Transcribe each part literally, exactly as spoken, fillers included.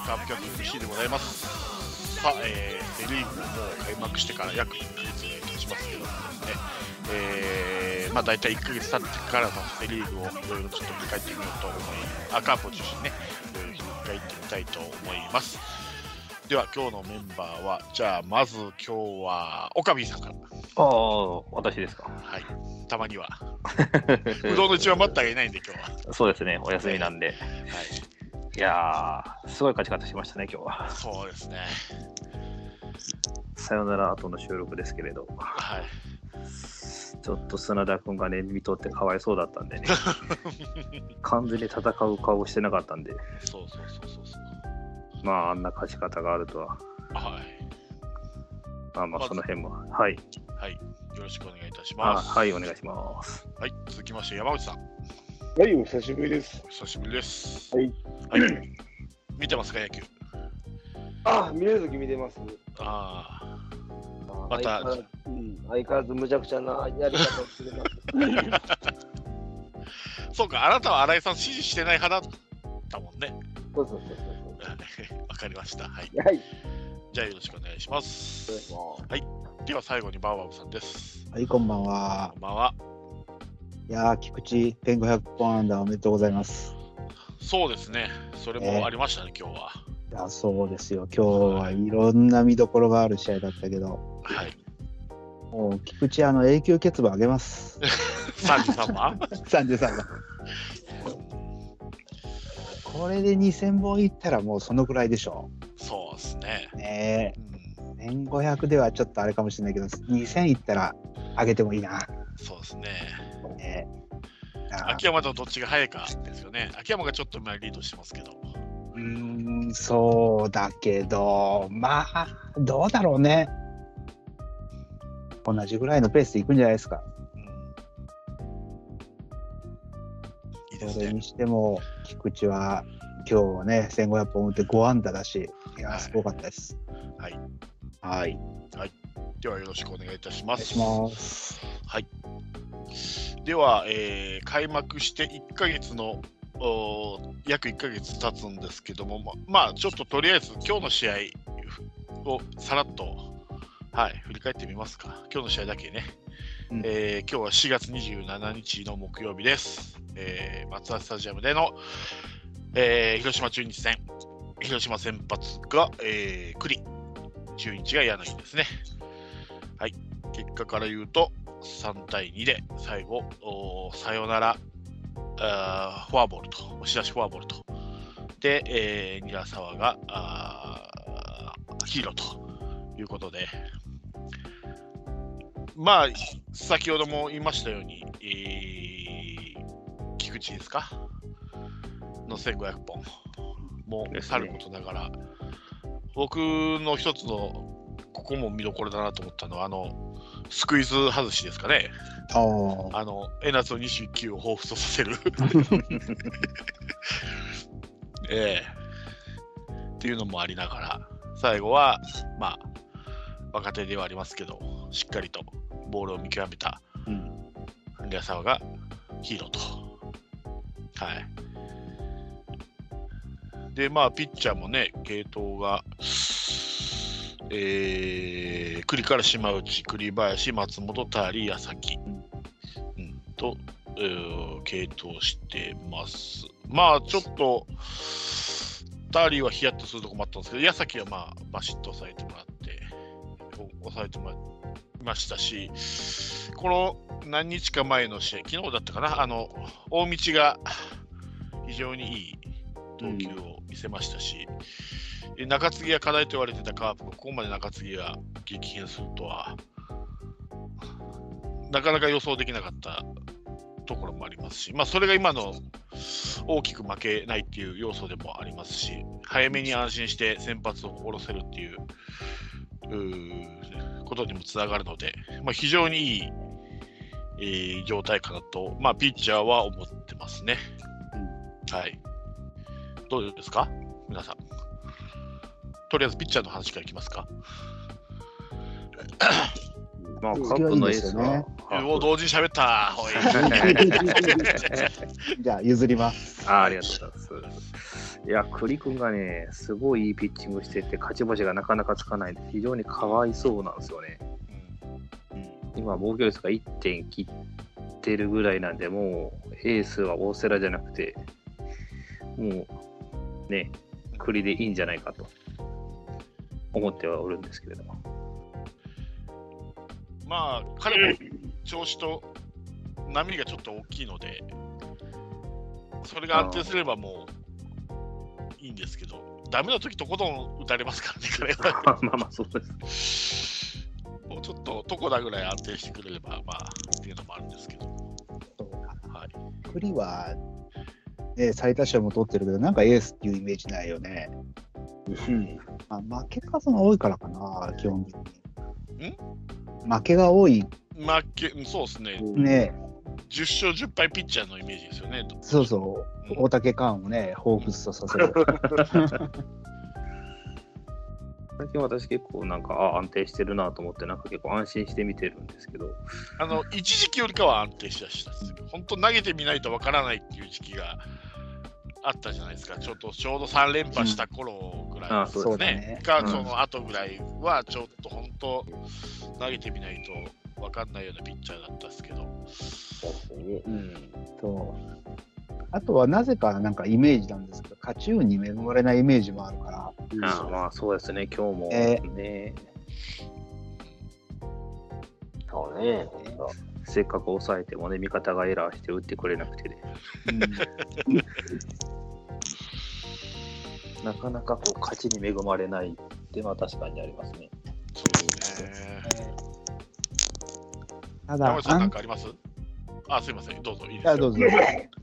カープキャスト エムシー でございます。さあ、えー、セリーグももう開幕してから約いっかげつ経ちますけどもね、えー、まあ大体いっかげつ経ってからのセリーグをいろいろちょっと振り返ってみようと思い、あ、カープを中心にね、いろいろ振り返ってみたいと思います。では今日のメンバーは、じゃあまず今日は岡Pさんから。 ああ、私ですか。 はい、たまには。うどんの一番待ってあげないんで今日は。 そうですね、お休みなんで。はい。いやー、すごい勝ち方しましたね、今日は。 そうですね。 さよなら後の収録ですけれど、 はい。 ちょっと砂田君がね、見とってかわいそうだったんでね、完全に戦う顔してなかったんで、 そうそうそうそうそう。 まあ、あんな勝ち方があるとは。 はい。 まあまあ、その辺も。はい。 はい。よろしくお願いいたします。 はい、お願いします。 はい。続きまして、山内さん。 はい、お久しぶりです。 お久しぶりです。 はい。 はい。見てますか、野球。 あ、見れるとき見てます。 ああ。 また相変わらず、うん、相変わらず無茶苦茶なやり方をしてます。 そうか、あなたは新井さん支持してない派だったもんね。 そうそうそうそう。 わかりました。はい。 はい。 じゃあよろしくお願いします。 お願いします。 はい。では最後にバーバブさんです。 はい、こんばんは。 こんばんは。 いやー、菊池せんごひゃくぽん安打おめでとうございます。 そうですね。それもありましたね、えー、今日は。 いや、そうですよ。今日はいろんな見どころがある試合だったけど。 はい。 もう菊池あの永久欠番あげます。 さんじゅうさんばんさんじゅうさんばん。これでにせんぼんいったらもうそのくらいでしょう。そうですね。 ねえ、うん、せんごひゃくではちょっとあれかもしれないけど、にせんいったら上げてもいいな。 そうですね。 ね、 秋山とどっちが早いかですよね。秋山がちょっと今リードしてますけど。 うーん、そうだけど、まあどうだろうね。同じぐらいのペースでいくんじゃないですか。 うん、いいですね。 それにしても菊池は今日はねせんごひゃっぽん打ってご安打だし、いや、はい、すごかったです。 はい。 はい。 はい。ではよろしくお願いいたします。 お願いします。 はい。では、えー、開幕していっかげつの約いっかげつ経つんですけども、ま、まあちょっととりあえず今日の試合をさらっと、はい、振り返ってみますか。今日の試合だけね、うん、えー、今日はしがつにじゅうしちにちの木曜日です。えー、マツダスタジアムでの、えー、広島中日戦、広島先発が、えー、栗、中日が柳ですね。はい、結果から言うとさんたいにで最後サヨナラあフォアボールと押し出しフォアボールとで、えー、韮澤があヒーローということで、まあ先ほども言いましたように、えー、菊池ですかのせんごひゃくぽんもさることながら、僕の一つのここも見どころだなと思ったのはあのスクイズ外しですかね。あの江夏のにじゅうきゅうを彷彿とさせるええっていうのもありながら、最後はまあ若手ではありますけどしっかりとボールを見極めた韮澤がヒーローと。はい。でまあピッチャーもね継投がえー、栗から島内、栗林、松本、タリ、矢崎、うん、と、えー、継投してます。まあちょっとタリはヒヤッとするとこもあったんですけど、矢崎はまあバシッと抑えてもらって抑えてもらいましたし、この何日か前の試合、昨日だったかな、あの大道が非常にいい投球を見せましたし、うん、中継ぎが課題と言われてたカープがここまで中継ぎが激変するとはなかなか予想できなかったところもありますし、まあ、それが今の大きく負けないっていう要素でもありますし、早めに安心して先発を下ろせるっていう、うーことにもつながるので、まあ、非常にいい、えー、状態かなと、まあ、ピッチャーは思ってますね、うん、はい。どうですか皆さん。とりあえずピッチャーの話からいきますか。 まあ、カップのエースは、 お同時に喋った。 じゃあ譲ります。 あ、ありがとうございます。 いや、栗君がね、すごいいいピッチングしてて、勝ち星がなかなかつかないんで、非常にかわいそうなんですよね。うん、今、防御率がいってん切ってるぐらいなんで、もうエースは大瀬良じゃなくて、もうね、栗でいいんじゃないかと思ってはおるんですけれども。 まあ、彼も調子と波がちょっと大きいので、それが安定すればもういいんですけど、ダメな時とことん打たれますからね、彼は。 まあまあ、そうです。 もうちょっととこだぐらい安定してくれれば、まあ、っていうのもあるんですけど。はい、 栗は、ね、最多勝も取ってるけど、なんかエースっていうイメージないよね。うん。まあ、負け数が多いからかな、基本的に。ん負けが多い。 負け、そうですね。 ね。 じゅっ勝じゅっ敗ピッチャーのイメージですよね。 そうそう、うん、大竹勘をね、彷彿とさせる。 最近私結構なんかあ安定してるなと思って、なんか結構安心して見てるんですけど、 あの一時期よりかは安定したしたんですけど、本当投げてみないとわからないっていう時期があったじゃないですか。ちょっとちょうどさん連覇した頃ぐらいですね。うん、そうね。か、うん、その後ぐらいはちょっと本当投げてみないとわかんないようなピッチャーだったんですけど。 うん、そうあとはなぜかなんかイメージなんですけど、勝ち運に恵まれないイメージもあるから。 うん、あまあそうですね、今日もね。えー、そうね。せっかく抑えてもね、味方がエラーして打ってくれなくてね。うん、なかなかこう勝ちに恵まれないっていうのは確かにありますね。 そうですね。 ただ、 さんなんかあります？あ、すいません、どうぞいいですよ。 あ、どうぞ。はい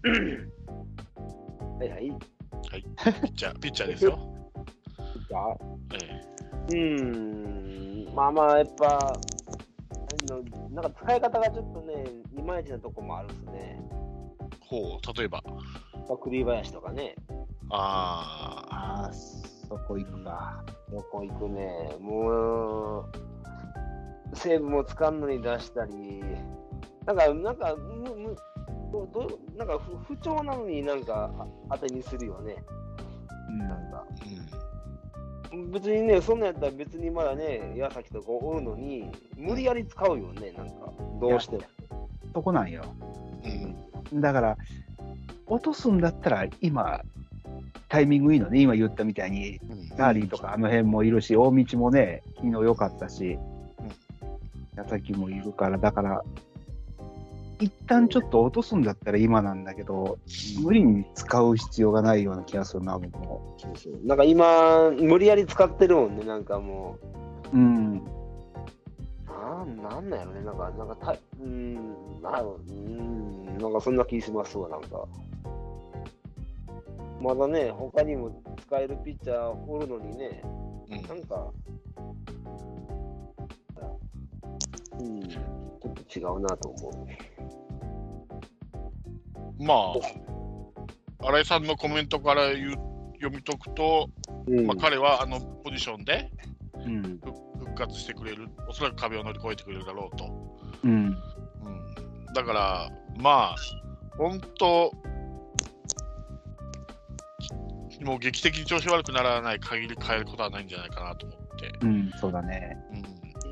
はい。 はい。ピッチャー、ピッチャーですよ。 ピッチャー？ええ、うーん、まあまあ、やっぱ、なんか使い方がちょっとね、いまいちなとこもあるんですね。 ほう、例えば。 栗林とかね。 ああ、そこ行くか。 そこ行くね。もう、セーブもつかんのに出したり、なんか、なんか、むむどどなんか不調なのになんか当てにするよね。うん、なんか、うん、別にね、そんなんやったら別にまだね、矢崎とかおるのに、無理やり使うよね、なんか、どうしても。 そこなんよ。うん、だから、落とすんだったら今、タイミングいいのね、今言ったみたいに、ガーリーとかあの辺もいるし、大道もね、昨日良かったし、矢崎もいるから、だから、一旦ちょっと落とすんだったら今なんだけど、無理に使う必要がないような気がするな、僕も。 そうそう。なんか今、無理やり使ってるもんね、なんかもう。うん。 なん、なんなんやろね、なんか、なんかた、うーん、なん、うん、なんかそんな気しますわ、なんか。まだね、他にも使えるピッチャーおるのにね、うん、なんか、うん、ちょっと違うなと思う。 まあ、新井さんのコメントから言う読み解くと、うん、まあ、彼はあのポジションで、うん、復活してくれる、おそらく壁を乗り越えてくれるだろうと。うんうん、だから、まあ、本当、もう劇的に調子悪くならない限り変えることはないんじゃないかなと思って。 うん、そうだね。うん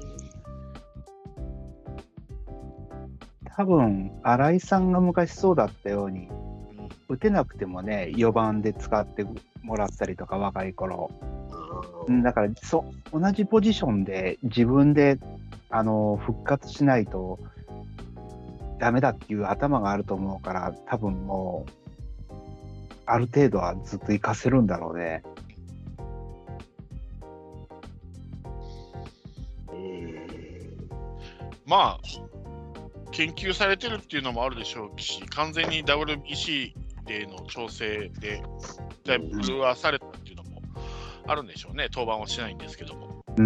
多分新井さんが昔そうだったように、打てなくてもねよばんで使ってもらったりとか若い頃、だからそ同じポジションで自分であの復活しないとダメだっていう頭があると思うから、多分もうある程度はずっと活かせるんだろうね。 まあ研究されてるっていうのもあるでしょうし、完全に ダブリュービーシー での調整でだいぶ狂わされたっていうのもあるんでしょうね。登板はしないんですけども。うん。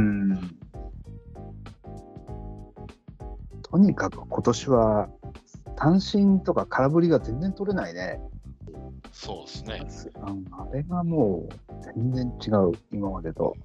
とにかく今年は三振とか空振りが全然取れないね。 そうですね。 あれがもう全然違う、今までと。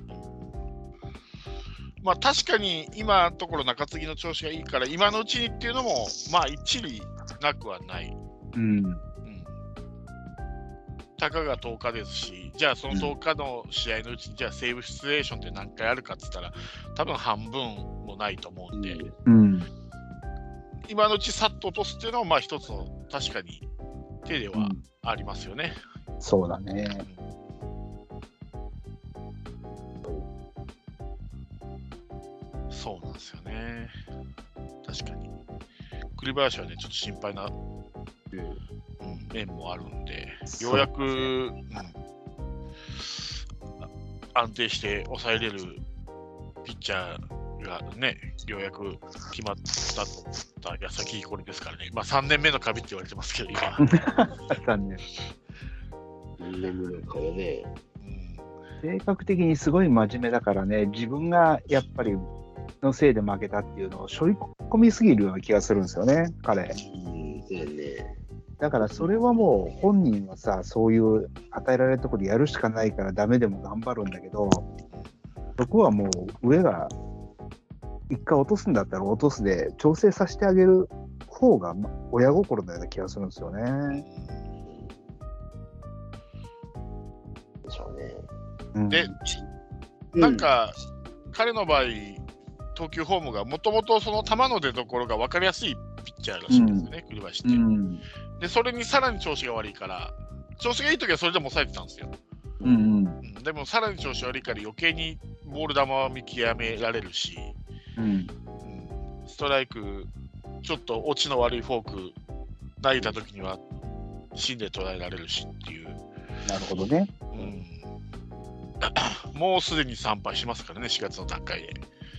まあ確かに今のところ中継ぎの調子がいいから今のうちにっていうのもまあ一理なくはない、うんうん、 たかがとおかですし、じゃあそのとおかの試合のうちに、じゃあセーブシチュエーションって何回あるかって言ったら、多分半分もないと思うんで、 うん、 今のうちさっと落とすっていうのは、まあ一つの確かに手ではありますよね。 うん、そうだね。 うん、そうなんですよね。確かに。栗林はね、ちょっと心配な、うんうん、面もあるんで、ようやく、うん、安定して抑えれるピッチャーがね、ようやく決まったと思った矢先これですからね、まあ、さんねんめのカビって言われてますけど、今。 さんねん。 さんねんめのカビね。 性格的にすごい真面目だからね、自分がやっぱりのせいで負けたっていうのを背負い込みすぎるような気がするんですよね、彼。 うんそうね、 だからそれはもう本人はさ、そういう与えられるところでやるしかないからダメでも頑張るんだけど、そこはもう上が一回落とすんだったら落とすで調整させてあげる方が親心のような気がするんですよね。 でしょうね。 うん、 で、なんか、うん、彼の場合、投球フォームがもともとその球の出所が分かりやすいピッチャーらしいんですよね、栗林って、うん。で、それにさらに調子が悪いから、調子がいいときはそれでも抑えてたんですよ。 うんうんうん、でもさらに調子悪いから余計にボール球は見極められるし、 うんうん、 ストライク、ちょっと落ちの悪いフォーク投げたときには芯で捉えられるしっていう。 なるほどね。 うん、もうすでにさんぱいしますからね、しがつの段階で。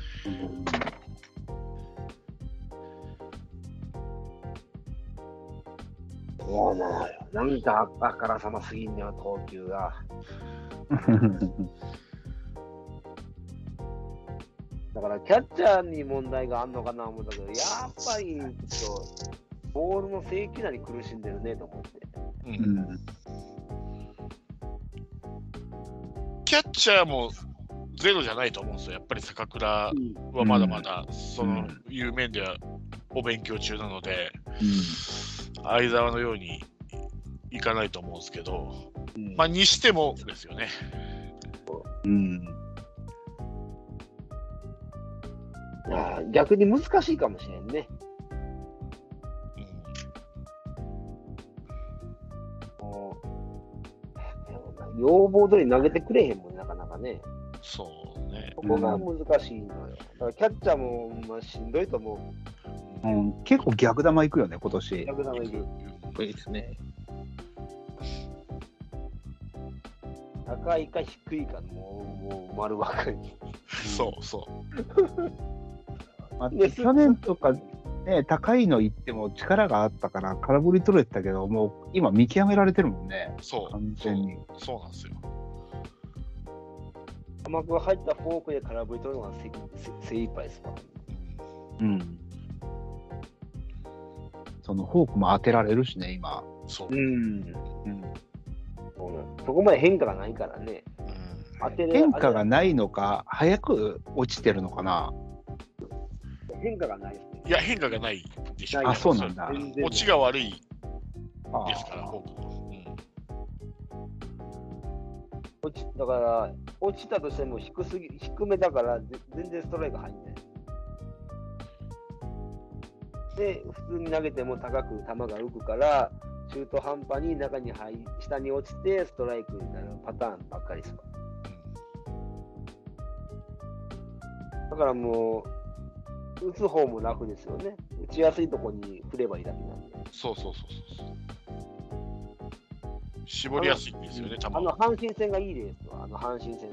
そうなのよ。なんかあからさますぎんねよ、投球が。だからキャッチャーに問題があんのかな思ったけど、やっぱりちょっとボールの正規なり苦しんでるねと思って。 うん、キャッチャーもゼロじゃないと思うんですよ。やっぱり坂倉はまだまだそのいう面ではお勉強中なので、うん、相澤のようにいかないと思うんですけど、うん、まあにしてもですよね。 うん。いや逆に難しいかもしれんね。うん、要望通り投げてくれへんもんなかなかね。 そうね。 ここが難しいのよ。だからキャッチャーも、まあ、しんどいと思う。うん、結構逆球いくよね、今年。 逆球いく。 いいですね。 高いか低いか、もう、もう丸ばかり。 そうそう。 まあ、去年とか、ね、高いの言っても力があったから空振り取れてたけど、もう今見極められてるもんね。 そう。 完全に。 そう、そうなんですよ。 甘く入ったフォークで空振り取るのが精一杯ですか。 うん。そのフォークも当てられるしね、今。 そう。 うん。うん。そこまで変化がないからね。 うん、 当てれ変化がないのか、早く落ちてるのかな。 変化がないですね。 いや、変化がないでしょ。 あ、そうなんだ。 落ちが悪いですから、フォークは。 落ちだから落ちたとしても低すぎ低めだから全然ストライク入んない。で普通に投げても高く球が浮くから中途半端に中に入下に落ちてストライクになるパターンばっかりですわ。だからもう打つ方も楽ですよね。打ちやすいところに振ればいいだけなんで。 そうそうそうそう。絞りやすいんですよね、 あの阪神戦がいいですわ、あの阪神戦。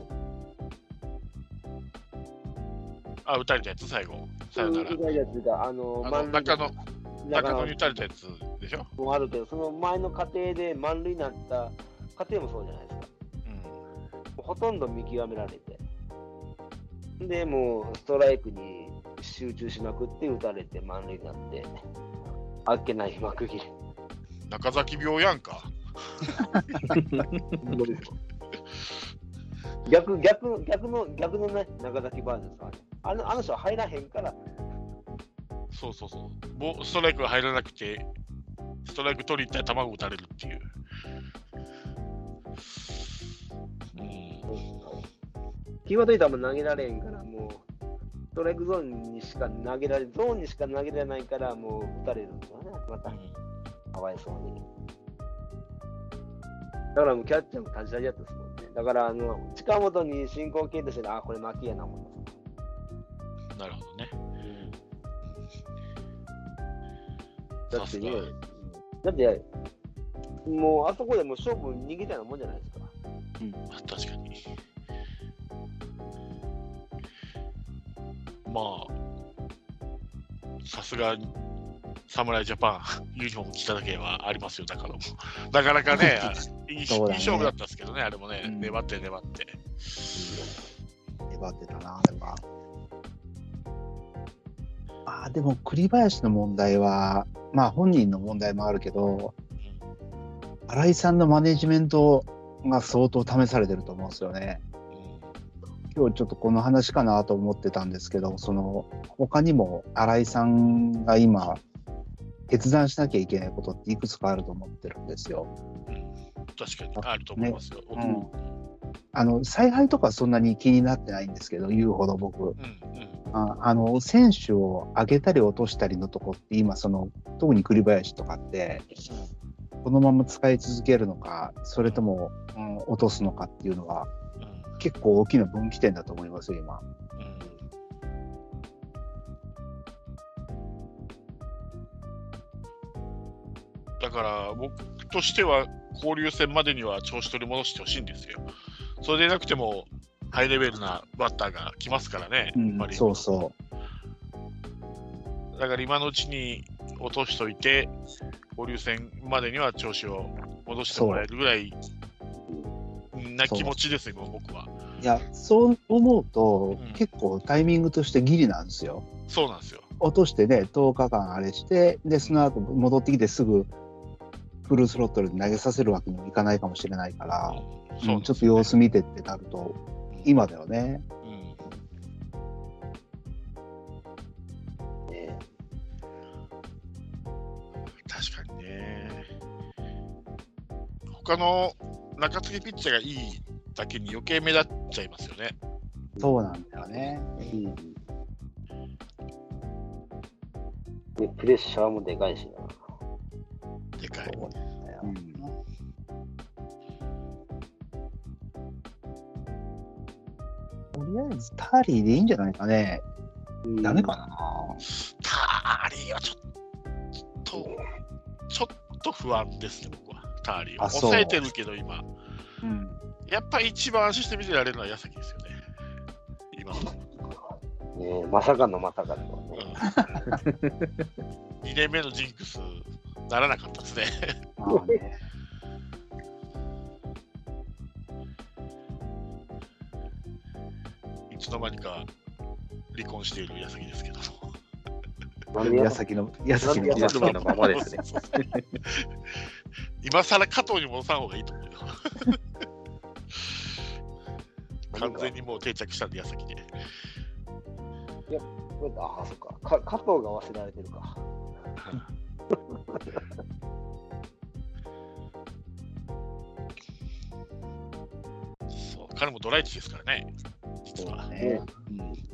あ、打たれたやつ、最後。さよなら。 打たれたやつが、あの、 あの中野、中野に打たれたやつでしょ。 もあるけど、その前の過程で満塁になった過程もそうじゃないですか。うん、ほとんど見極められて。で、もうストライクに集中しまくって打たれて満塁になって、あっけない幕切れ。 中崎病やんか。 逆逆逆の逆のね中崎バージョンですからね。あのあの人は入らへんから。 そうそうそう。もうストライクが入らなくてストライク取りに行ったら球を打たれるっていう。 際どい球投げられへんから、もう、ストライクゾーンにしか投げられ、ゾーンにしか投げられないから、もう打たれるんですよね、また。かわいそうに。だからもうキャッチャーも立ち上げやったですもんね。だから、あの、近本に進行形として、あ、これ負けやな思います。 なるほどね。 だってね、だって、もうあそこでもう勝負逃げたようなもんじゃないですか。 うん、確かに。まあ、さすが侍ジャパン、ユニフォーム着ただけはありますよ、だからもう。なかなかね、いい、ね、いい勝負だったんですけどね、あれもね、うん、粘って粘って。 粘ってたな、でも。ああ、でも栗林の問題は、まあ本人の問題もあるけど、新井さんのマネジメントが相当試されてると思うんですよね。今日ちょっとこの話かなと思ってたんですけど、その他にも新井さんが今決断しなきゃいけないことっていくつかあると思ってるんですよ。 うん、確かにあると思いますよ。ね、うん、 あの采配とかそんなに気になってないんですけど、言うほど僕、うんうん、あ, あの選手を上げたり落としたりのとこって今その特に栗林とかってこのまま使い続けるのか、それとも、うん、落とすのかっていうのは、うん、結構大きな分岐点だと思いますよ今。うん、 だから僕としては交流戦までには調子取り戻してほしいんですよ。それでなくてもハイレベルなバッターが来ますからね、 うん、やっぱりそうそう。 だから今のうちに落としといて交流戦までには調子を戻してもらえるぐらいな気持ちですね、僕は。 いや、そう思うと、うん、結構タイミングとしてギリなんですよ。 そうなんですよ。 落としてね、とおかかんあれして、でその後戻ってきてすぐフルスロットルで投げさせるわけにもいかないかもしれないから、うんうん、ちょっと様子見てってなると、今だよね。 うんね、確かにね。他の中継ぎピッチャーがいいだけに余計目立っちゃいますよね。 そうなんだよね。 うんでプレッシャーもでかいしな。 でかい。そうだよ、うん、 とりあえずターリーでいいんじゃないかね。うん、ダメかな。 ターリーはちょっとちょっと不安ですね、僕は。ターリーは抑えてるけど今、うん、やっぱり一番安心して見てられるのは矢崎ですよね。今の。 ね、まさかのまさかのね、 うん、にねんめのジンクスならなかったですね。あねいつの間にか離婚している矢崎ですけど矢崎の矢崎の矢崎のままですね。 今更加藤に戻さん方がいいと思うよ。完全にもう定着したんで矢崎で。 いや、ああ、そっか。か加藤が忘れられてるか。 そう、彼もドライチですからね、実は。ね、うん、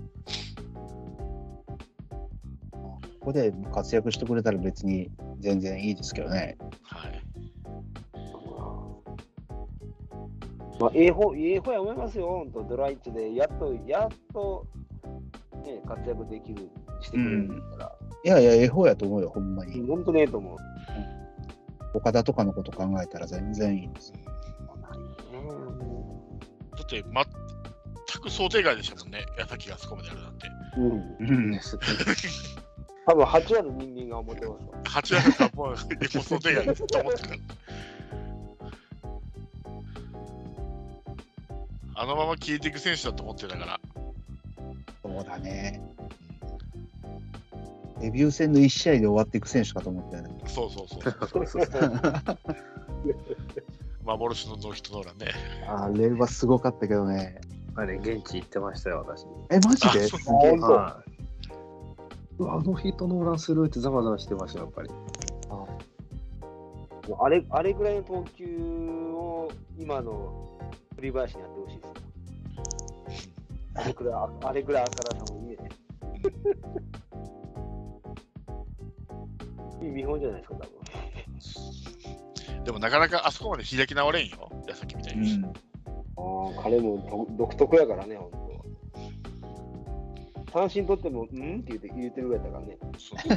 ここで活躍してくれたら別に全然いいですけどね。はい。 まあ、ええ方、ええ方や思いますよ、本当ドライチで、やっと、やっと、ね、活躍できる、してくれるんだから。 うん、いやいや、ええ方やと思うよ、ほんまに。 本当にええと思う。 うん、岡田とかのこと考えたら全然いいです。 うん、だって、全く想定外でしたもんね、矢崎がそこまでやるなんて。うん。うん、 多分はちわの人間が思ってますわ。 はちわの人はもう想定外ですと思ってるから。あのまま消えていく選手だと思ってたから。 そうだね。デビュー戦のいち試合で終わっていく選手かと思ってたね。 そうそうそうそう。幻のノーヒットノーランね。 あれはすごかったけどね。 あれ、現地行ってましたよ、私。 え、マジで？ あ、うわ、ノーヒットノーランするってざわざわしてました、やっぱり。 あ, あれ、あれぐらいの投球を今の栗林にやってほしいです。 れくらい、あれくらいあからさもいいね。いい見本じゃないですか、多分。 でもなかなかあそこまで開き直れんよ、矢崎みたいに。うん、 ああ、彼も独特やからね、ほんと。三振取っても、うんって言って言ってるぐらいだからね。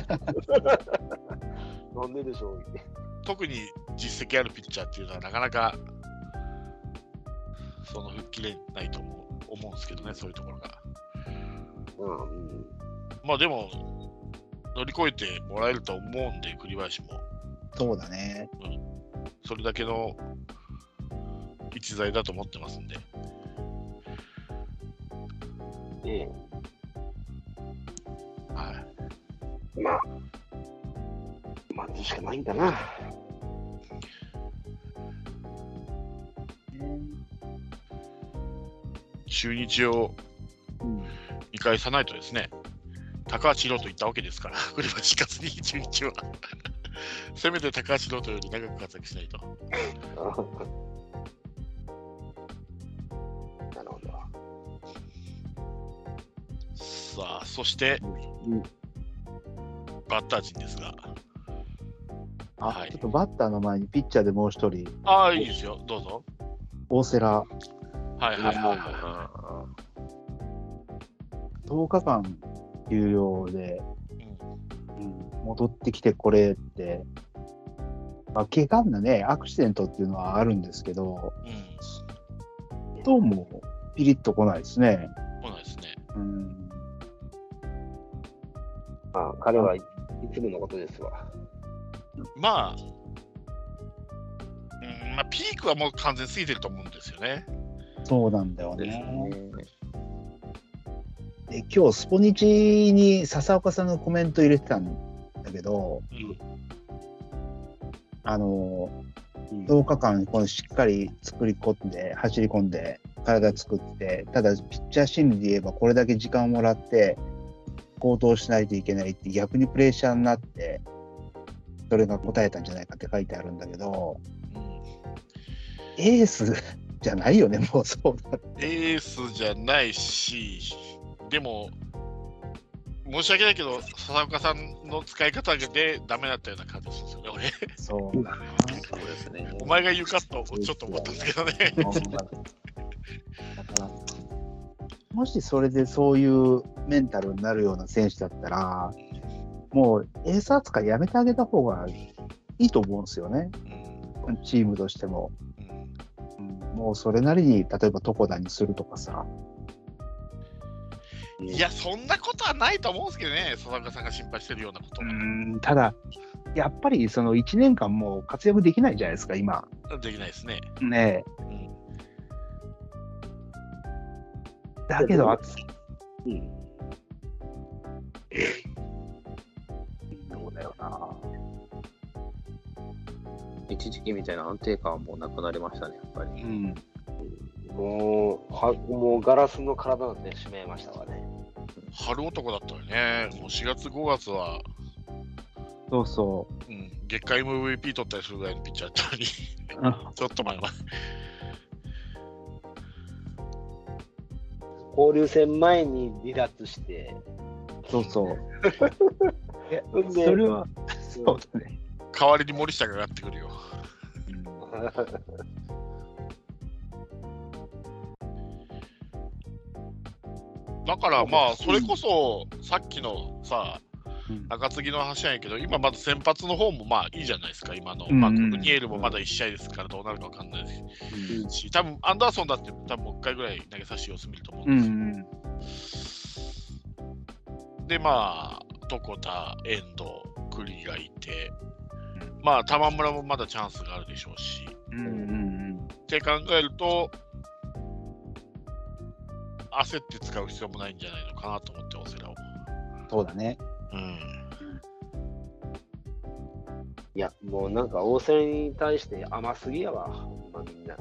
なんででしょうって。 特に実績あるピッチャーっていうのはなかなかその吹っ切れないと思う、思うんですけどね、そういうところが。うん、まあでも乗り越えてもらえると思うんで、栗林も。 そうだね。 うん、それだけの一材だと思ってますんで。 ええ。 はい。 まあ、待つしかないんだな。 中日を見返さないとですね、高橋宏斗言ったわけですから、栗林勝に中日は。せめて高橋宏斗より長く活躍しないと。 なるほど。 さあ、そして、うん、バッター陣ですが。 あ、はい、ちょっとバッターの前にピッチャーでもう一人。 ああ、いいですよ、どうぞ。 大瀬良。 はいはいはいはい。 とおかかん休養で、うんうん、戻ってきてこれって、まあ、怪我なね、アクシデントっていうのはあるんですけど、うん、どうもピリッと来ないですね。 来ないですね。 うん、 まあ、彼はいつものことですわ。 まあ、うん、まあ、ピークはもう完全に過ぎてると思うんですよね。 そうなんだよね。で今日スポニチに笹岡さんがコメント入れてたんだけど、うん、あのとおかかんこのしっかり作り込んで走り込んで体作って、ただピッチャー心理で言えばこれだけ時間をもらって行動しないといけないって逆にプレッシャーになってそれが答えたんじゃないかって書いてあるんだけど、うん、エースじゃないよね、もうそうだ。 エースじゃないし、でも申し訳ないけど笹岡さんの使い方でダメだったような感じですよね、俺。 そうだな。そうですね。 お前が言うかとちょっと思ったんですけどね。 だからもしそれでそういうメンタルになるような選手だったら、もうエース扱いやめてあげた方がいいと思うんですよね、うん、チームとしても。もうそれなりに例えば床田にするとかさ。 いや、そんなことはないと思うんですけどね、笹岡さんが心配してるようなことは。 うん、ただやっぱりそのいちねんかんもう活躍できないじゃないですか、今。 できないですね。 ねえ、うん、だけど、うん、そうだよな。 一時期みたいな安定感はもうなくなりましたね、やっぱり。うん、 もうは、もうガラスの体になってしまいましたわね。 春男だったよね。もうしがつごがつは、 そうそう、 うん、月間 エムブイピー 取ったりするぐらいのピッチャーだったのに、ちょっと前は。 交流戦前に離脱して、 そうそう。それは、そうだね。 代わりに森下が上がってくるよ。だからまあそれこそさっきのさ、うん、中継ぎの話なんやけど、今まだ先発の方もまあいいじゃないですか、今の、うん、まあ、ムニエールもまだいち試合ですからどうなるか分かんないし、うん、多分アンダーソンだって多分もういっかいぐらい投げさせて様子見ると思うんですよ、うん、でまあ床田、遠藤、栗がいて、まあ玉村もまだチャンスがあるでしょうし、うんうんうん、って考えると焦って使う必要もないんじゃないのかなと思って、オセラを。 そうだね。 うん。 いや、もうなんかオセラに対して甘すぎやわ、まあ、みんな。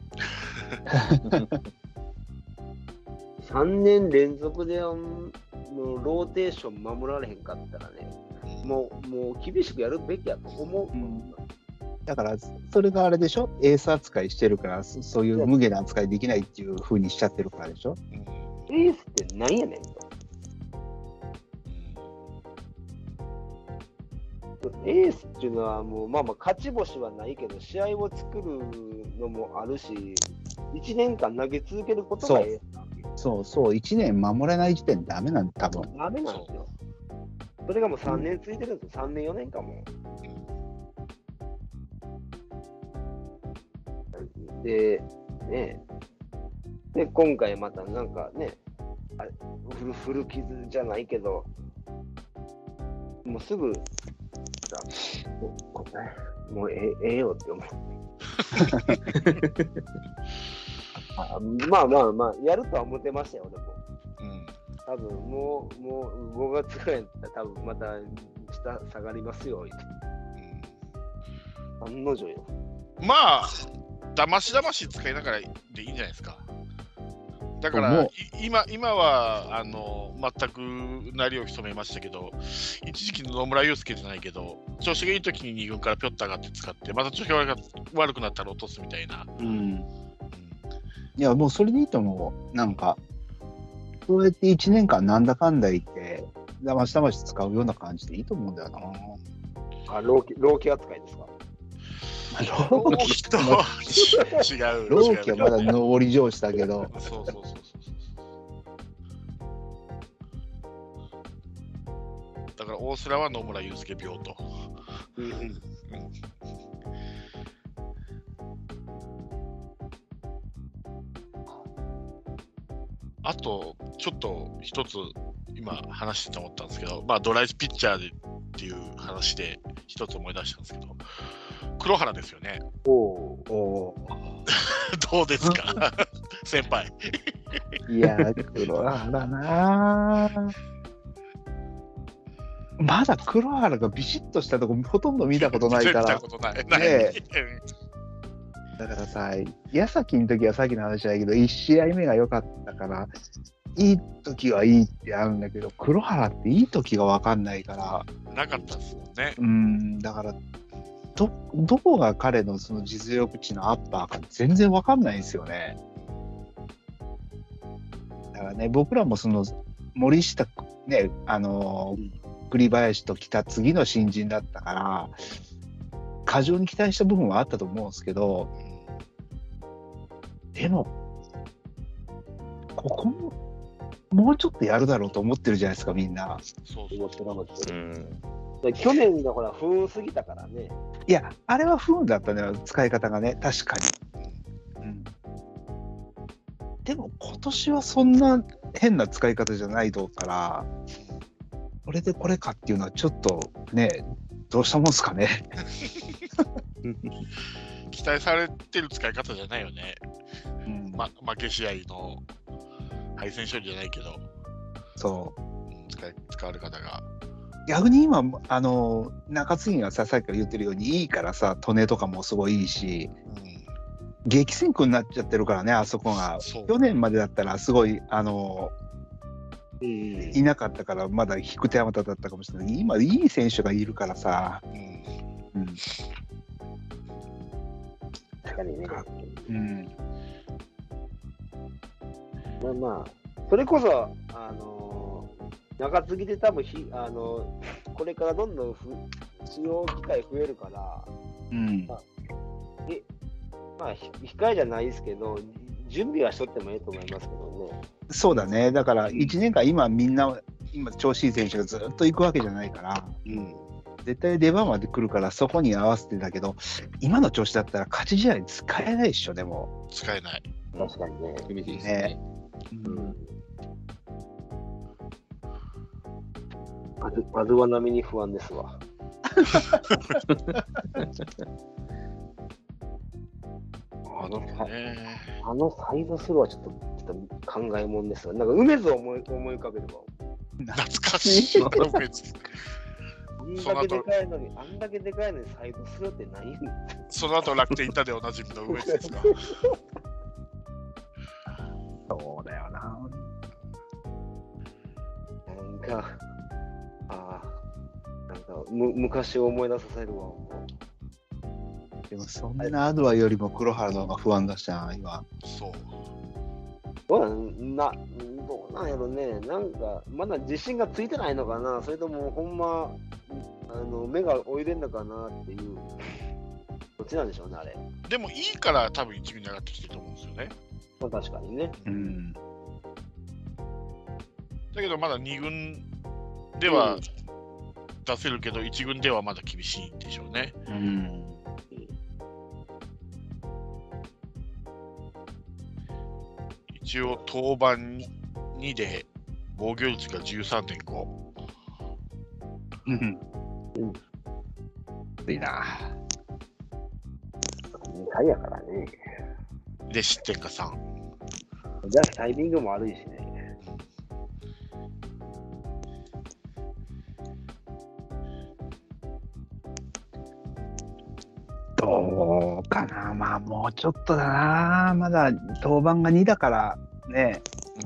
さんねん連続でもうローテーション守られへんかったらね、もう、もう厳しくやるべきやと思う。うん、 だからそれがあれでしょ、エース扱いしてるから、そ、そういう無下な扱いできないっていう風にしちゃってるからでしょ。 エースってなんやねんと。エースっていうのはもう、まあまあ勝ち星はないけど、試合を作るのもあるし、いちねんかん投げ続けることがエースなわけ。 そうそう、いちねん守れない時点でダメなんだ、多分。 ダメなんですよ。それがもうさんねんついてるんですよ、さんねんよねんかも。で、ね、で、今回またなんかね、あれ古古傷じゃないけど、もうすぐ、もうええええよって思う。あまあまあまあ、やるとは思ってましたよ、でも。うん、多分もう、もうごがつくらいだったら多分また下下がりますよ、うん、案の定よ。 まあ、だましだまし使いながらでいいんじゃないですか。だから今、今はあの全くなりを潜めましたけど、一時期の野村祐介じゃないけど、調子がいい時にに軍からぴょっと上がって使って、また調子が悪くなったら落とすみたいな。うん、 いや、もうそれでいいと思う。なんか、そうやっていちねんかんなんだかんだ言って、だましだまし使うような感じでいいと思うんだよな。 あ、老期、老期扱いですか。 老期と違う。 老期はまだ上り上司だけど。 そうそうそうそう。だから大須良は野村祐介病と。うんうんうん、あとちょっと一つ今話してて思ったんですけど、まあドライスピッチャーでっていう話で一つ思い出したんですけど、黒原ですよね。 おお。 どうですか先輩。 いや黒原なぁ。まだ黒原がビシッとしたとこほとんど見たことないから。 見たことない。ねえ。だからさ、矢崎の時はさっきの話だけど、いち試合目が良かったから、いい時はいいってあるんだけど、黒原っていい時が分かんないから。 なかったですもんね。 うん、だから、ど、どこが彼のその実力値のアッパーか全然分かんないんですよね。だからね、僕らもその森下、ね、あのー、栗林と来た次の新人だったから、過剰に期待した部分はあったと思うんですけど、でも、ここももうちょっとやるだろうと思ってるじゃないですか、みんな。 そう思ってなかった。うん、去年がほら、不運すぎたからね。 いや、あれは不運だったのよ、使い方がね、確かに。うん、でも、今年はそんな変な使い方じゃないとから、これでこれかっていうのは、ちょっとね、どうしたもんですかね。 期待されてる使い方じゃないよね。 うん、 ま、負け試合の敗戦処理じゃないけど、 そう、 うん、使い使われ方が。 逆に今、あの中継ぎがさ、さっきから言ってるようにいいからさ、利根とかもすごいいいし、うん、激戦区になっちゃってるからね、あそこが。去年までだったら、すごい、あのうん、いなかったから、まだ引く手あまただったかもしれない。今、いい選手がいるからさ。うんうん、 確かにね。 うん、 まあまあ、それこそ、あのー、中継ぎで多分ひ、あのー、これからどんどんふ使用機会増えるから、 うんまあ、えまあ、控えじゃないですけど、準備はしとってもいいと思いますけどね。 そうだね、だからいちねんかん、今、みんな、今、調子いい選手がずっと行くわけじゃないから、うん、絶対出番まで来るから、そこに合わせてだけど、今の調子だったら、勝ち試合に使えないでしょ、でも。 使えない。 確かにね。 厳しいですね。 うんアドアドワ並みに不安ですわ。あの、ね、あのサイドスローはちょっと、ちょっと考えもんですよ。なんか梅津を思い思い浮かべれば。 懐かしい。梅津。 あんだけでかいのに、あんだけでかいのにサイドスローって何？ その後楽天いたでおなじみの梅津ですか。 そうだよな。 なんか、ああ、なんかむ昔を思い出させるわ。 でもそんなアドアよりも黒原の方が不安だしな、今。 そう。 な、 どうなんやろね、なんか、まだ自信がついてないのかな、それともほんま、あの目が追いれんのかなっていう、どっちなんでしょうね、あれ。 でもいいから多分いち軍に上がってきてると思うんですよね。 まあ、確かにね。 うん。 だけどまだに軍では出せるけど、いち軍ではまだ厳しいんでしょうね。 うん。 一応登板にで防御率が じゅうさんてんご。 うん。いいな。 にかいやからね。 で失点がさん。 じゃあタイミングも悪いしね。 どうかな、まあもうちょっとだな、まだ登板がにだからね、うん、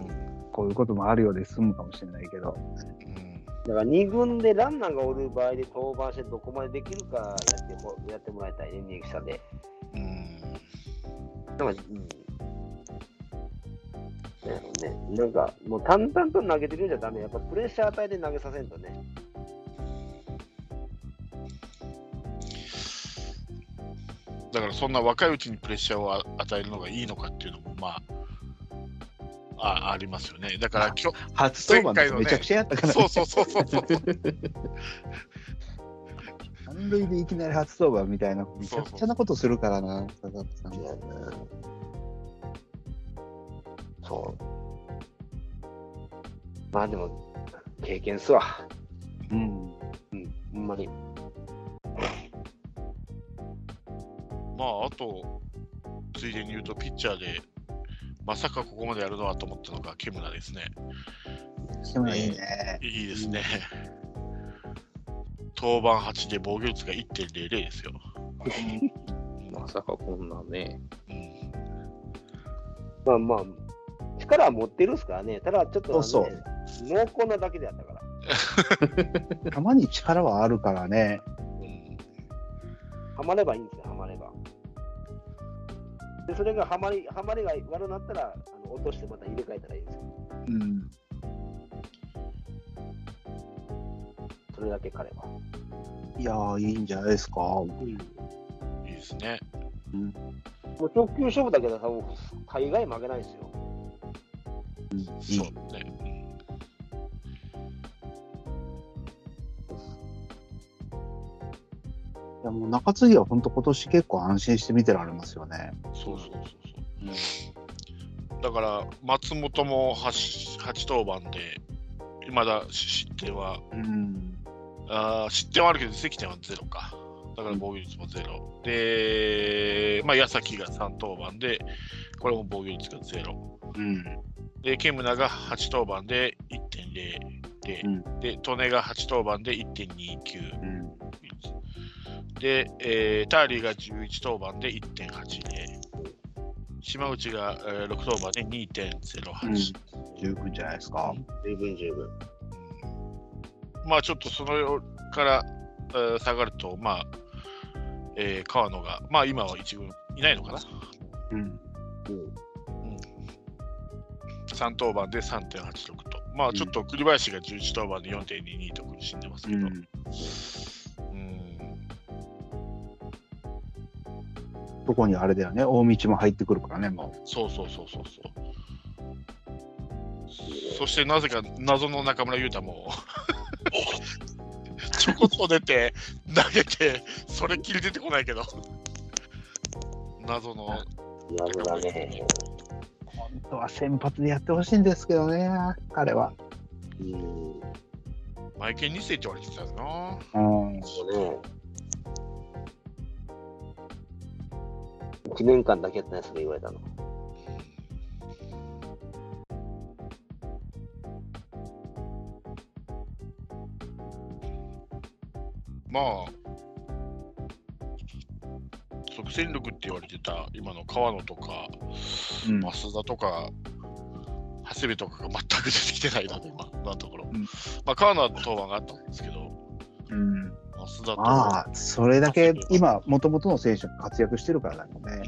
こういうこともあるようで済むかもしれないけど、 うん、だからに軍でランナーがおる場合で登板してどこまでできるかやってやってもらいたいね、人気者で。うん。なんか、うん。ね、なんかもう淡々と投げてるんじゃダメ、やっぱプレッシャー与えて投げさせんとね。 だからそんな若いうちにプレッシャーを与えるのがいいのかっていうのもまあ あ, ありますよね。だから今日初登板でめちゃくちゃやったから、ね、 そうそうそうそう三塁でいきなり初登板みたいなめちゃくちゃなことするからな、佐々木さん。 そう。まあでも経験っすわ。うん。うん。ほんまに。 まあ、あと、ついでに言うと、ピッチャーで、まさかここまでやるのはと思ったのが、ケムナですね。 ケムナいいね。 いいですね。登板はちで防御率が いってんゼロゼロ ですよ。 まさかこんなね。 うん、まあまあ、力は持ってるんすからね。ただちょっと、ね、 そう濃厚なだけであったから。 たまに力はあるからね。 うん、はまればいいんですよ、はまれば。でそれがはまり、はまりが悪くなったらあの落としてまた入れ替えたらいいんですよ。うん。それだけ彼は。 いやー、いいんじゃないですか。うん、いいですね。 うん。もう直球勝負だけどさ、大概負けないですよ。 うん、いいそうね。 いやもう中継ぎは本当今年結構安心して見てられますよね。 そうそうそうそう、うん、だから松本も 8, 8登板でまだ失点は、うん、あ失点はあるけど自責点はゼロか、だから防御率もゼロ、うん、で、まあ、矢崎がさん登板でこれも防御率がゼロ、うん、でケムナがはち登板で いってんゼロゼロ、うん、でトネがはち登板で いってんにきゅう、うんで、えー、ターリーがじゅういち登板で いってんはちゼロ、島内が、えー、ろく登板で にてんゼロはち、 うん、十分じゃないですか。 十分十分、 うん、まあちょっとそのから、えー、下がるとまあ、えー、川野がまあ今は一軍いないのかな、うん、うんうん、さん登板で さんてんはちろく と、まあちょっと栗林がじゅういち登板で よんてんにに と苦しんでますけど、うん、 そこにあれだよね、大道も入ってくるからね、もう。そうそうそうそうそう。そしてなぜか謎の中村優太もちょこっと出て投げてそれっきり出てこないけど謎の謎だね。 本当は先発でやってほしいんですけどね、彼は。うん。 マイケンに世って言われてたよな。 うん。そうね。いちねんかんだけやったやつで言われたの。 まあ即戦力って言われてた今の川野とか、うん、増田とか長谷部とかが全く出てきてないので今のところ、うん、まあ川野は登板があったんですけど、うん、増田とまあそれだけ今元々の選手が活躍してるからだもんね、うん、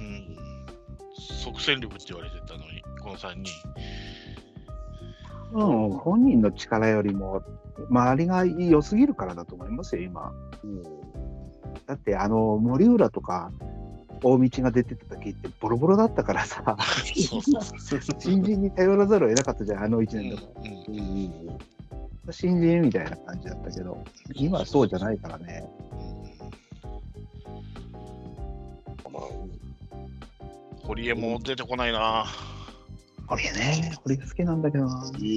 即戦力って言われてたのにこのさんにんうん、本人の力よりも周りが良すぎるからだと思いますよ、今。うん、だって、あの、森浦とか大道が出てた時ってボロボロだったからさ、新人に頼らざるを得なかったじゃん、あのいちねんとか。うんうん、新人みたいな感じだったけど、今はそうじゃないからね。 堀江も出てこないな。 堀江ね、堀江好きなんだけどな。 うん。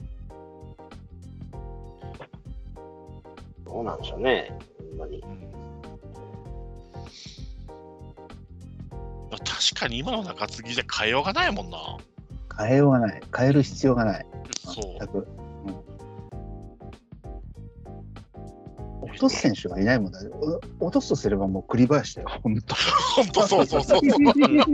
どうなんでしょうね、ほんまに。 確かに今の中継ぎじゃ変えようがないもんな。 変えようがない。変える必要がない。 そう。 全く。落とす選手がいないもんだ。落とすとすればもう栗林だよ、本当。 本当そうそうそう。 確かに。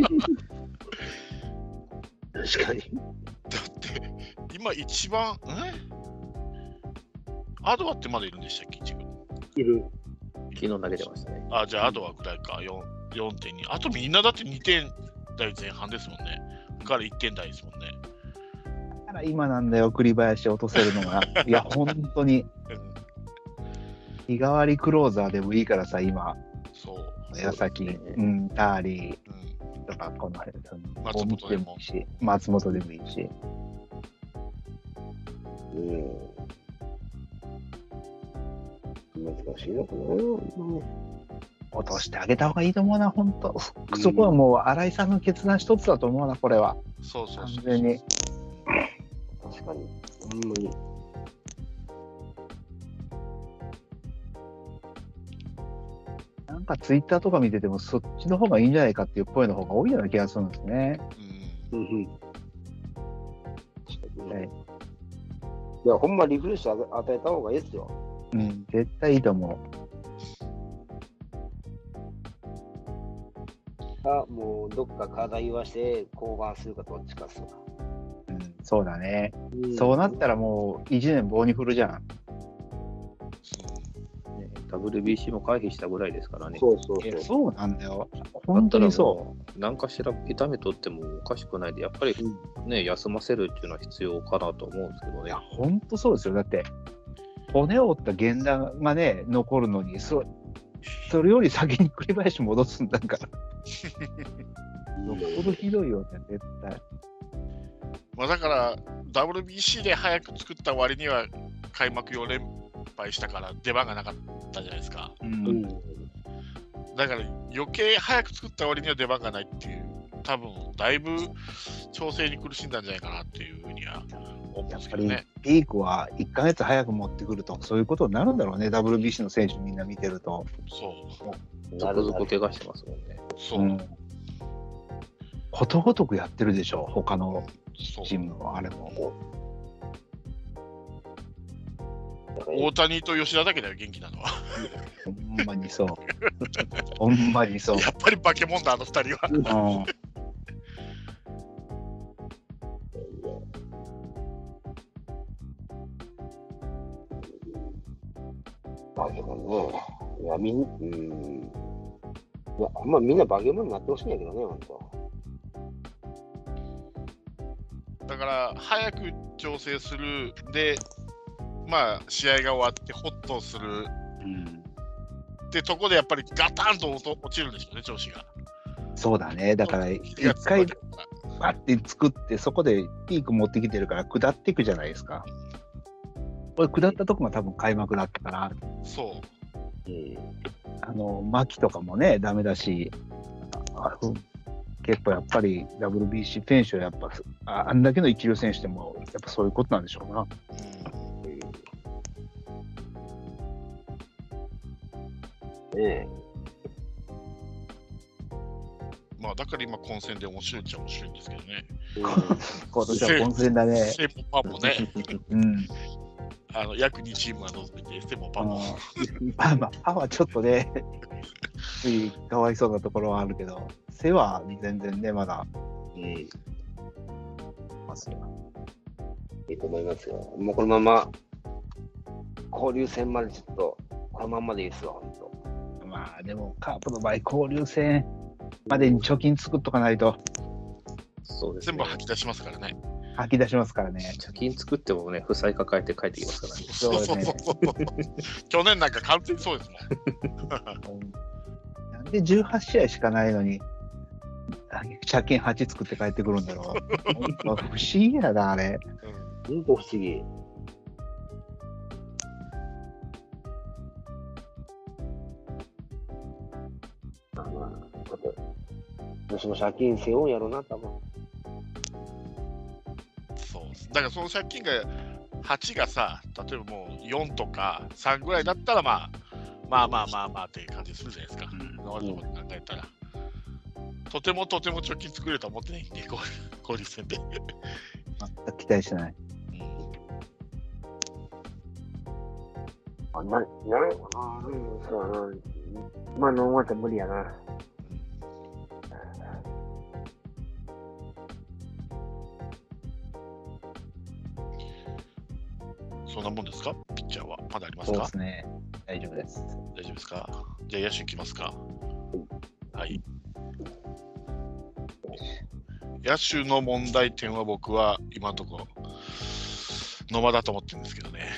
だって今一番え？アドワってまだいるんでしたっけ？ いる。昨日投げてましたね。 あ、じゃあアドワぐらいか。よんてんに。あとみんなだってにてん台前半ですもんね。からいってん台ですもんね。 だから今なんだよ、栗林落とせるのが。いや、本当に。日替わりクローザーでもいいからさ、今。 そう。 矢崎、ね、うん、ターリー、うん、とか、この辺、 松本でもいいし、松本でもいいし。 うん。難しいのかな。 落としてあげた方がいいと思うな、本当。うん、そこはもう新井さんの決断一つだと思うな、これは。 そうそうそう。 完全に。 確かに。ほんまに。 なんかツイッターとか見てても、そっちの方がいいんじゃないかっていう声の方が多いような気がするんですね。うん。うん。 はい。いや、ほんまリフレッシュ与えた方がいいですよ。 うん、絶対いいと思う。あ、もうどっか体言わして降板するかどっちかっすわ。 うん、そうだね。うん、そうなったらもういちねん棒に振るじゃん。 ダブリュービーシー も回避したぐらいですからね。 そうそうそう。 そうなんだよ。本当にそう。 何かしら痛めとってもおかしくないで、やっぱりね、うん、休ませるっていうのは必要かなと思うんですけどね。いや、 本当そうですよ。だって、骨を折った源田がね、残るのに、そ, それより先に栗林戻すんだから。よっぽどひどいよね、絶対。 まあ、だから、ダブリュービーシー で早く作った割には、開幕よん連敗したから出番がなかったじゃないですか。うん、だから余計早く作った割には出番がないっていう、多分だいぶ調整に苦しんだんじゃないかなっていうふうには思うんですけどね。やっぱりピークはいっかげつ早く持ってくるとそういうことになるんだろうね。 ダブリュービーシー の選手みんな見てると。 そう続々怪我してますもんね。 そう、うん、 ことごとくやってるでしょ、他のチームのあれも。 大谷と吉田だけだよ、元気なのは。 ほんまにそう。ほんまにそう。 やっぱり化け物だ、あの二人は。うん、 化け物ね。いや、みん、うん。いや、まあ、みんな化け物になってほしいんやけどね、ほんと。 だから、早く調整するで、まあ、試合が終わってホッとする、うん、でとこでやっぱりガタンと落ちるんでしょうね、調子が。 そうだね。だから一回バッて作ってそこでピーク持ってきてるから下っていくじゃないですか。これ下ったとこが多分開幕だったから。 そう。 えー、あの牧とかもねダメだし、あ結構やっぱり ダブリュービーシー 選手はやっぱ あ, あんだけの一流選手でもやっぱそういうことなんでしょうな。うんええ、 まあだから今混戦で面白いっちゃ面白いんですけどね。 今年は混戦だね。 セモパもね、 うん、 あの約にチームが除いてセモパも。 まあまあパはちょっとね、かわいそうなところはあるけど、背は全然ねまだ。うん。 ますよ。いいと思いますよ。もうこのまま交流戦までちょっとこのままでいいですわ、本当。 まあでもカープの場合交流戦までに貯金作っとかないと。 そうですね、 全部吐き出しますからね。 吐き出しますからね。 貯金作ってもね、負債抱えて帰ってきますからね。 そうね。 去年なんか完全にそうですもん。 なんでじゅうはち試合しかないのに、借金はち作って帰ってくるんだろう。不思議やな、あれ。 ほんと不思議。まあまあ、ちょっと、私も借金背負うんやろうな、多分。 そうだからその借金がはちがさ、例えばもうよんとかさんぐらいだったら、まあ、まあまあまあまあっていう感じするじゃないですか。今までのこと考えたら。とてもとても貯金作れるとは思ってないんで、交流戦で。 全く期待してない。 あ、な、なるほどな。うん、そうやな。まあ、ノーマー無理やな。 そんなもんですか、ピッチャーは。まだありますそうか？ ですね。大丈夫です。 大丈夫ですか？じゃあ野手いきますか。はい。野手の問題点は僕は今のところ野間だと思ってるんですけどね。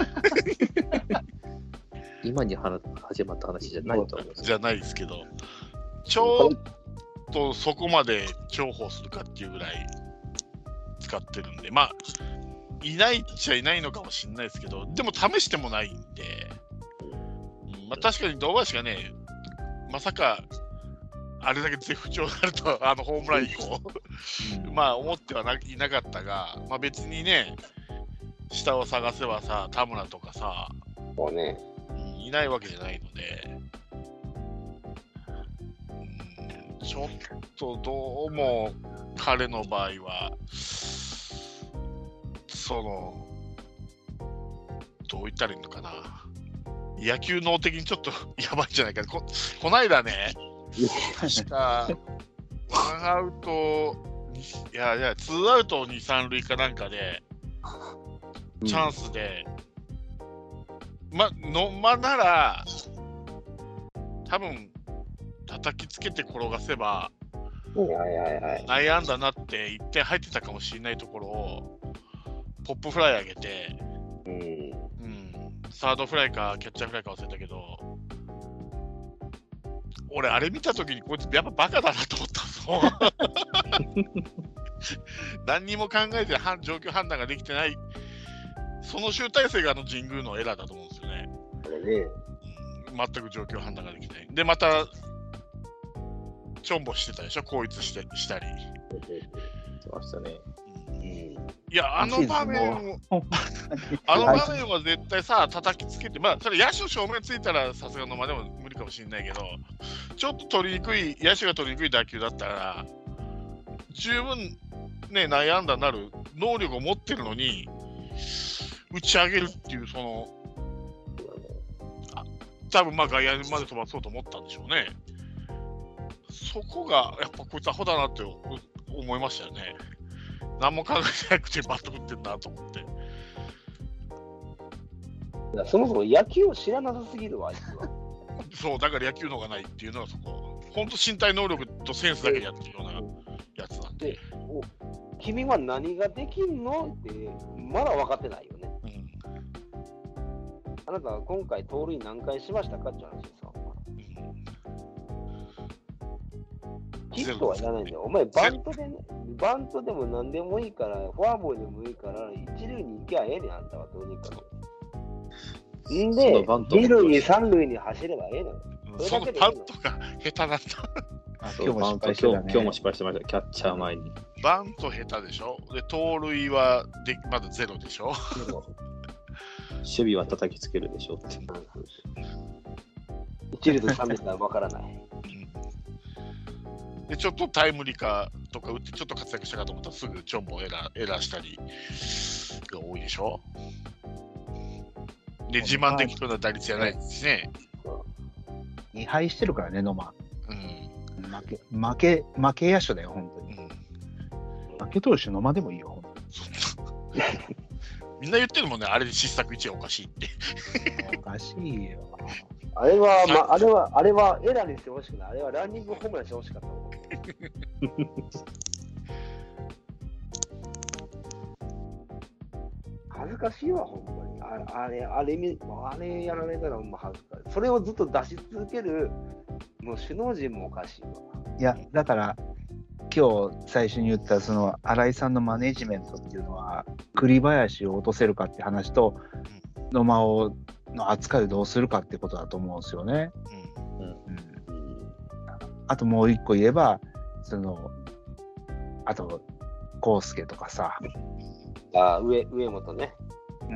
今に始まった話じゃないと思うんですじゃないですけど、ちょっとそこまで重宝するかっていうぐらい使ってるんで、まあいないっちゃいないのかもしれないですけど、でも試してもないんで、うん、まあ、確かに堂林がね、まさかあれだけ絶不調になるとは、あのホームラン以降、まあ思っては ないなかったが、まあ、別にね、下を探せばさ、田村とかさ、 そうね、 うん、いないわけじゃないので、うん、ちょっとどうも彼の場合は、その、どう言ったらいいのかな、野球脳的にちょっとやばいんじゃないかな。こ、こないだね、確か、ワンアウト、いやいや、ツーアウトに、さん塁かなんかで、チャンスで、ま、野間なら、多分叩きつけて転がせば、 はいはいはい、 内野安打になっていってん入ってたかもしれないところを、ポップフライ上げて、 うん、 うん、サードフライかキャッチャーフライか忘れたけど、俺、あれ見たときに、こいつ、やっぱバカだなと思ったぞ。何にも考えて状況判断ができてない、その集大成があの神宮のエラーだと思うんですよね。 これね、 うん、全く状況判断ができない。で、また、ちょんぼしてたでしょ、こいつしてしたり。 しましたね。 うん、いや、あの場面を、あの場面は絶対さ、叩きつけて、まあ、それ野手正面ついたらさすがのまでも無理かもしれないけど、ちょっと取りにくい、野手が取りにくい打球だったら、十分、ね、内野安打になる能力を持ってるのに、打ち上げるっていう、その、あ、多分まあ外野まで飛ばそうと思ったんでしょうね。そこが、やっぱこいつアホだなって思いましたよね。何も考えなくてバット振ってんなと思って。 そもそも野球を知らなさすぎるわ、あいつは。 そう、だから野球のがないっていうのがそこ。本当身体能力とセンスだけでやってるようなやつなんで。 で、君は何ができんのってまだ分かってないよね。うん、あなたは今回盗塁何回しましたかって話ですよ。ヒットはいらないんだよ。お前バントで、ね、バントでも何でもいいから、フォアボールでもいいから、一塁に行けばええねん、あんたはどうにかく。んで、二塁、三塁に走ればええのよ。 そのバントが下手だった。 今日も失敗してたね。今日も失敗してました、キャッチャー前に。 バント下手でしょ。で、盗塁はでまだゼロでしょ。 守備は叩きつけるでしょって。 一塁と三塁が分からない。 でちょっとタイムリーかとか打ってちょっと活躍したかと思ったらすぐチョンボエラー、エラーしたりが多いでしょ。で自慢できるような打率じゃないですしね。 に敗してるからね、野間。 うん、 負け負け負け野手だよ本当に。うん、負け投手野間でもいいよ。 みんな言ってるもんね、あれで失策いちおかしいって。 おかしいよ。 あれは、まあ、あれは、あれはエラーにしてほしくない。あれはランニングホームランしてほしかった。 恥ずかしいわ、ほんまに。ああれ、あれ見、あれやられたらほんま恥ずかしい。それをずっと出し続ける、もう首脳陣もおかしいわ。 いや、だから、今日最初に言ったその新井さんのマネジメントっていうのは栗林を落とせるかって話と野間をの扱いをどうするかってことだと思うんですよね。うんうんうん、あともう一個言えばそのあと康介とかさあ上上本ね、 うん、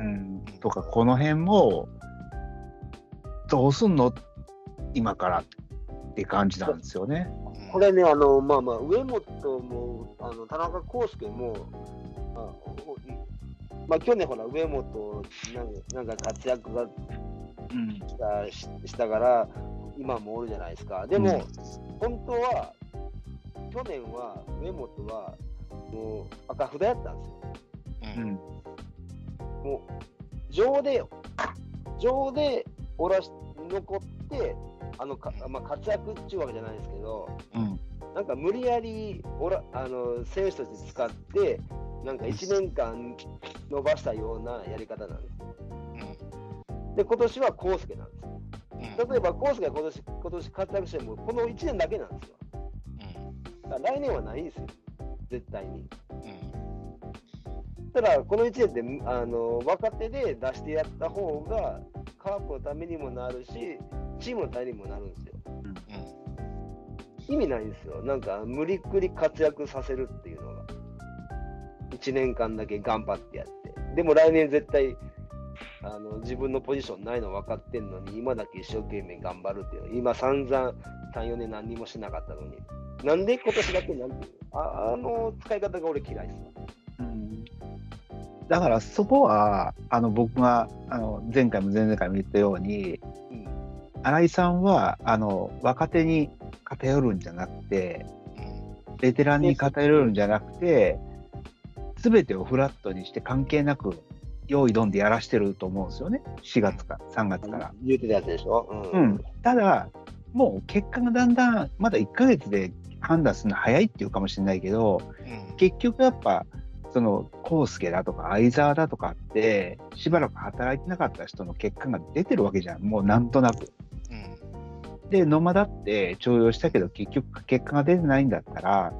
とかこの辺もどうすんの今からって感じなんですよね。 これね、あの、まあまあ、上本も、あの田中康介も、あまあ、去年ほら、上本なんか活躍がした、うん、し, したから、今もおるじゃないですか。でも、うん、本当は、去年は、上本は、もう赤札やったんですよ。うん、もう、情で、情でおらし残って、あのかまあ、活躍っていうわけじゃないですけど、うん、なんか無理やりおらあの選手として使ってなんかいちねんかん伸ばしたようなやり方なんですよ。うん、で今年は康介なんですよ。例えば康介が今年今年活躍してもこのいちねんだけなんですよ。うん、だから来年はないんですよ絶対に。うん、ただこのいちねんであの若手で出してやった方がカープのためにもなるしチームのためにもなるんですよ。うん、意味ないんですよ。なんか無理くり活躍させるっていうのがいちねんかんだけ頑張ってやってでも来年絶対あの自分のポジションないの分かってんのに今だけ一生懸命頑張るっていう今散々さん、よねん何にもしなかったのになんで今年だけなんていうの あ, あの使い方が俺嫌いですわ。うん、 だからそこはあの僕があの前回も前々回も言ったように、うん、新井さんはあの若手に偏るんじゃなくて、うん、ベテランに偏るんじゃなくて全てをフラットにして関係なく用意どんでやらしてると思うんですよね。しがつかさんがつから。 言うてたやつでしょ、 うんうん、ただもう結果がだんだんまだいっかげつで判断するのは早いっていうかもしれないけど、うん、結局やっぱその康介だとか相澤だとかってしばらく働いてなかった人の結果が出てるわけじゃんもうなんとなく。うん、で野間だって重用したけど結局結果が出てないんだったら、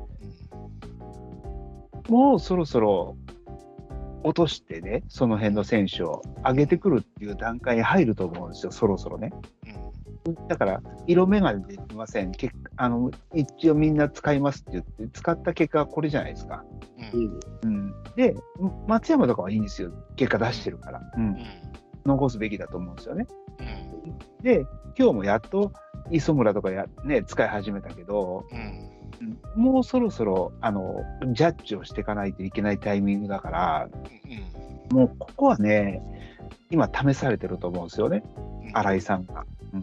うん、もうそろそろ落としてねその辺の選手を上げてくるっていう段階に入ると思うんですよそろそろね。うん、だから色眼鏡できません結あの一応みんな使いますって言って使った結果はこれじゃないですか。うんうん、で松山とかはいいんですよ結果出してるから、うんうん、残すべきだと思うんですよね。うん、で今日もやっと磯村とかや、ね、使い始めたけど、うん、もうそろそろあのジャッジをしていかないといけないタイミングだから、うん、もうここはね今試されてると思うんですよね、うん、新井さんが、うん、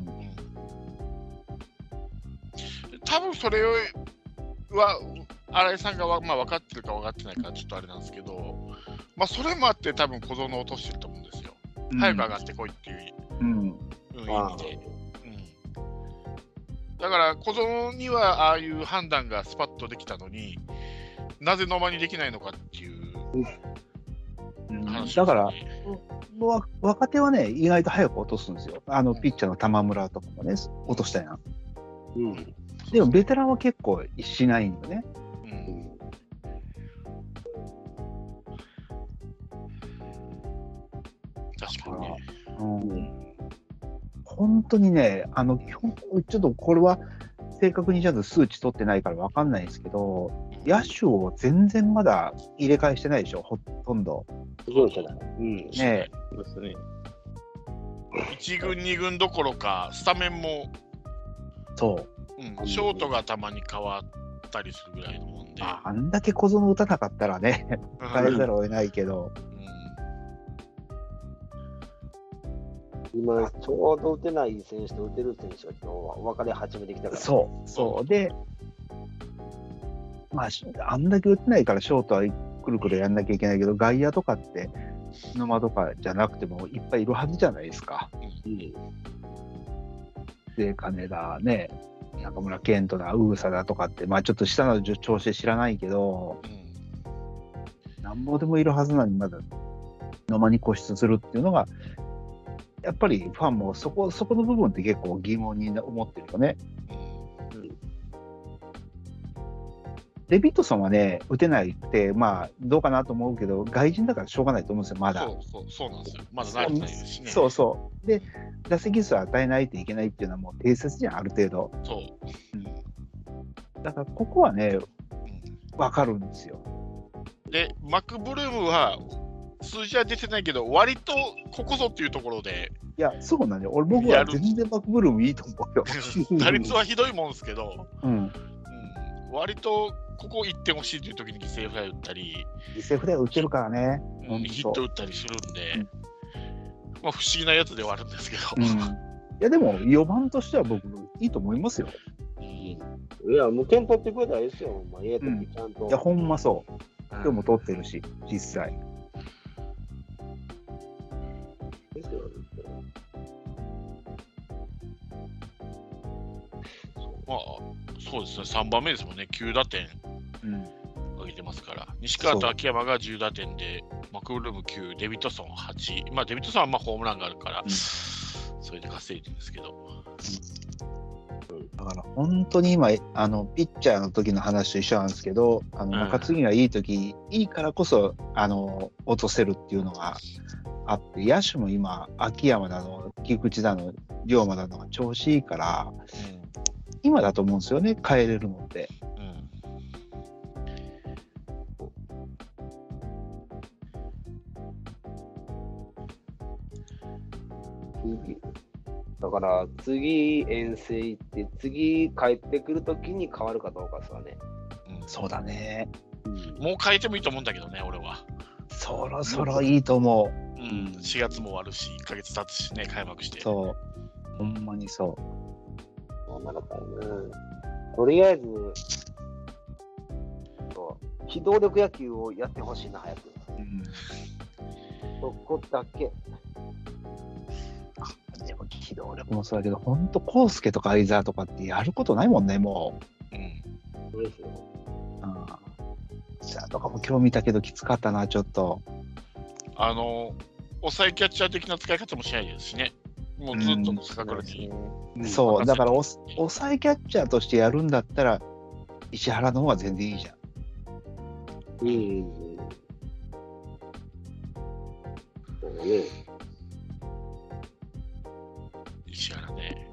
多分それは新井さんが、まあ、分かってるか分かってないかちょっとあれなんですけど、まあ、それもあって多分小園を落としてると思うんですよ、うん、早く上がってこいっていう、うんうん、意味で、うん、だから小園にはああいう判断がスパッとできたのになぜ野間にできないのかっていう話、ね、 だから若手はね意外と早く落とすんですよ。あのピッチャーの玉村とかもね落としたやん、うん、でもベテランは結構しないんよね。うん、 確かにね、うん、 本当にねあのちょっとこれは正確にちゃんと数値取ってないから分かんないですけど野手を全然まだ入れ替えしてないでしょほとんど。 そうですね。 うん、ねそうですね。 いち軍に軍どころかスタメンもそう、 うん、ショートがたまに変わったりするぐらいのもんであ, あんだけ小園打たなかったらね変えざるを得ないけど、 うん、今ちょうど打てない選手と打てる選手が分かれ始めてきたから、 そうそうでまああんだけ打てないからショートはくるくるやんなきゃいけないけど外野とかって野間とかじゃなくてもいっぱいいるはずじゃないですか。うん、で金田ね中村健人だウーサだとかってまあちょっと下の調子知らないけど、うん、なんぼでもいるはずなのにまだ野間に固執するっていうのが、やっぱりファンもそこ、そこの部分って結構疑問に思ってるよね。デビッドソンはね、打てないって、まあ、どうかなと思うけど、外人だからしょうがないと思うんですよ、まだ。 そうそう、そうなんですよ。まだ慣れてないですしね。 そうそう。で、打席数を与えないといけないっていうのはもう定説じゃん、ある程度。 そう。 うん、だから、ここはね、わかるんですよ。 で、マクブルームは、数字は出てないけど、割とここぞっていうところで。 いや、そうなんだよ。俺、僕は全然マクブルームいいと思うよ。 打率はひどいもんですけど、 うん、うん、 割とここいってん欲しいという時に犠牲フライ打ったり、 犠牲フライ打ってるからね、 うん、ヒット打ったりするんで、うん、まあ、不思議なやつではあるんですけど、 うん、いやでもよばんとしては僕いいと思いますよ。 うん、いやもう点取ってくれたらいいですよ、まあ、ええ時ちゃんと、 うん、いやほんまそう、今日も取ってるし実際ですよ。 まあ、そうですね、さんばんめですもんね、きゅう打点上げてますから、うん、西川と秋山がじゅう打点で、マクブルームきゅう、デビッドソンはち、まあ、デビッドソンはまあホームランがあるから、うん、それで稼いでるんですけど。 うん、だから本当に今あの、ピッチャーの時の話と一緒なんですけど、あの中継ぎがいい時、うん、いいからこそあの落とせるっていうのがあって、野手も今、秋山だの、菊池だの、龍馬だのが調子いいから。うん、今だと思うんですよね、変えれるのって。 うん、だから次遠征行って次帰ってくるときに変わるかどうかですわね。 うん、そうだね、 うん。もう変えてもいいと思うんだけどね、俺は。 そろそろいいと思う。 うん、しがつも終わるし、いっかげつ経つしね、開幕して。 そう、ほんまにそう。 なかったよね。とりあえず、機動力野球をやってほしいな、早く。うん、そこだけ。 でも機動力もそうだけど、ほんと康介とか相澤とかってやることないもんね、もう。うん。 そうですよ。 ああ。じゃあとかも今日見たけどきつかったな、ちょっと。 あの、抑えキャッチャー的な使い方もしないですしね。もうずっと坂倉に、 うん、そうだから抑えキャッチャーとしてやるんだったら石原の方が全然いいじゃん。うん。 そうね。石原ね。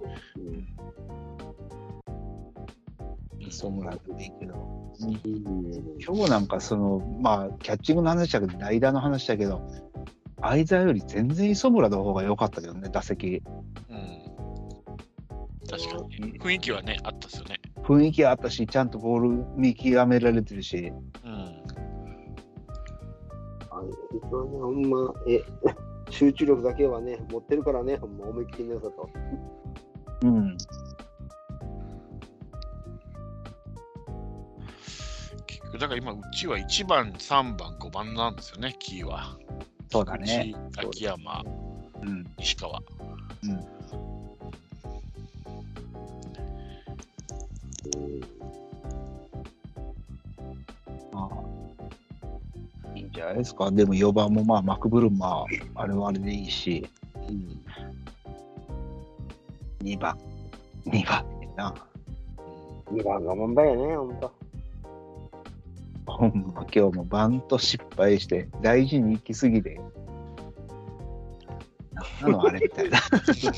うん。磯村でもいいけど、うん、今日なんかそのまあキャッチングの話だけど代打の話だけど。相澤より全然磯村の方が良かったけどね、打席。 うん、確かに。雰囲気はね、あったっすよね。 雰囲気あったし、ちゃんとボール見極められてるし。うん。 あの、ほんま、え、集中力だけはね、持ってるからね、ほんま思いっきりの良さと。うん。 結局、だから今、うちはいちばん、さんばん、ごばんなんですよね、キーは。 そうだね。 秋山、うん、石川。うん。 ああ。いいんじゃないですか。でもよばんもまあマクブルームはあれはあれでいいし。うん。にばん。にばんやな。 にばんが問題やね、ほんと。 ほんま今日もバント失敗して大事に行き過ぎてなのあれみたいな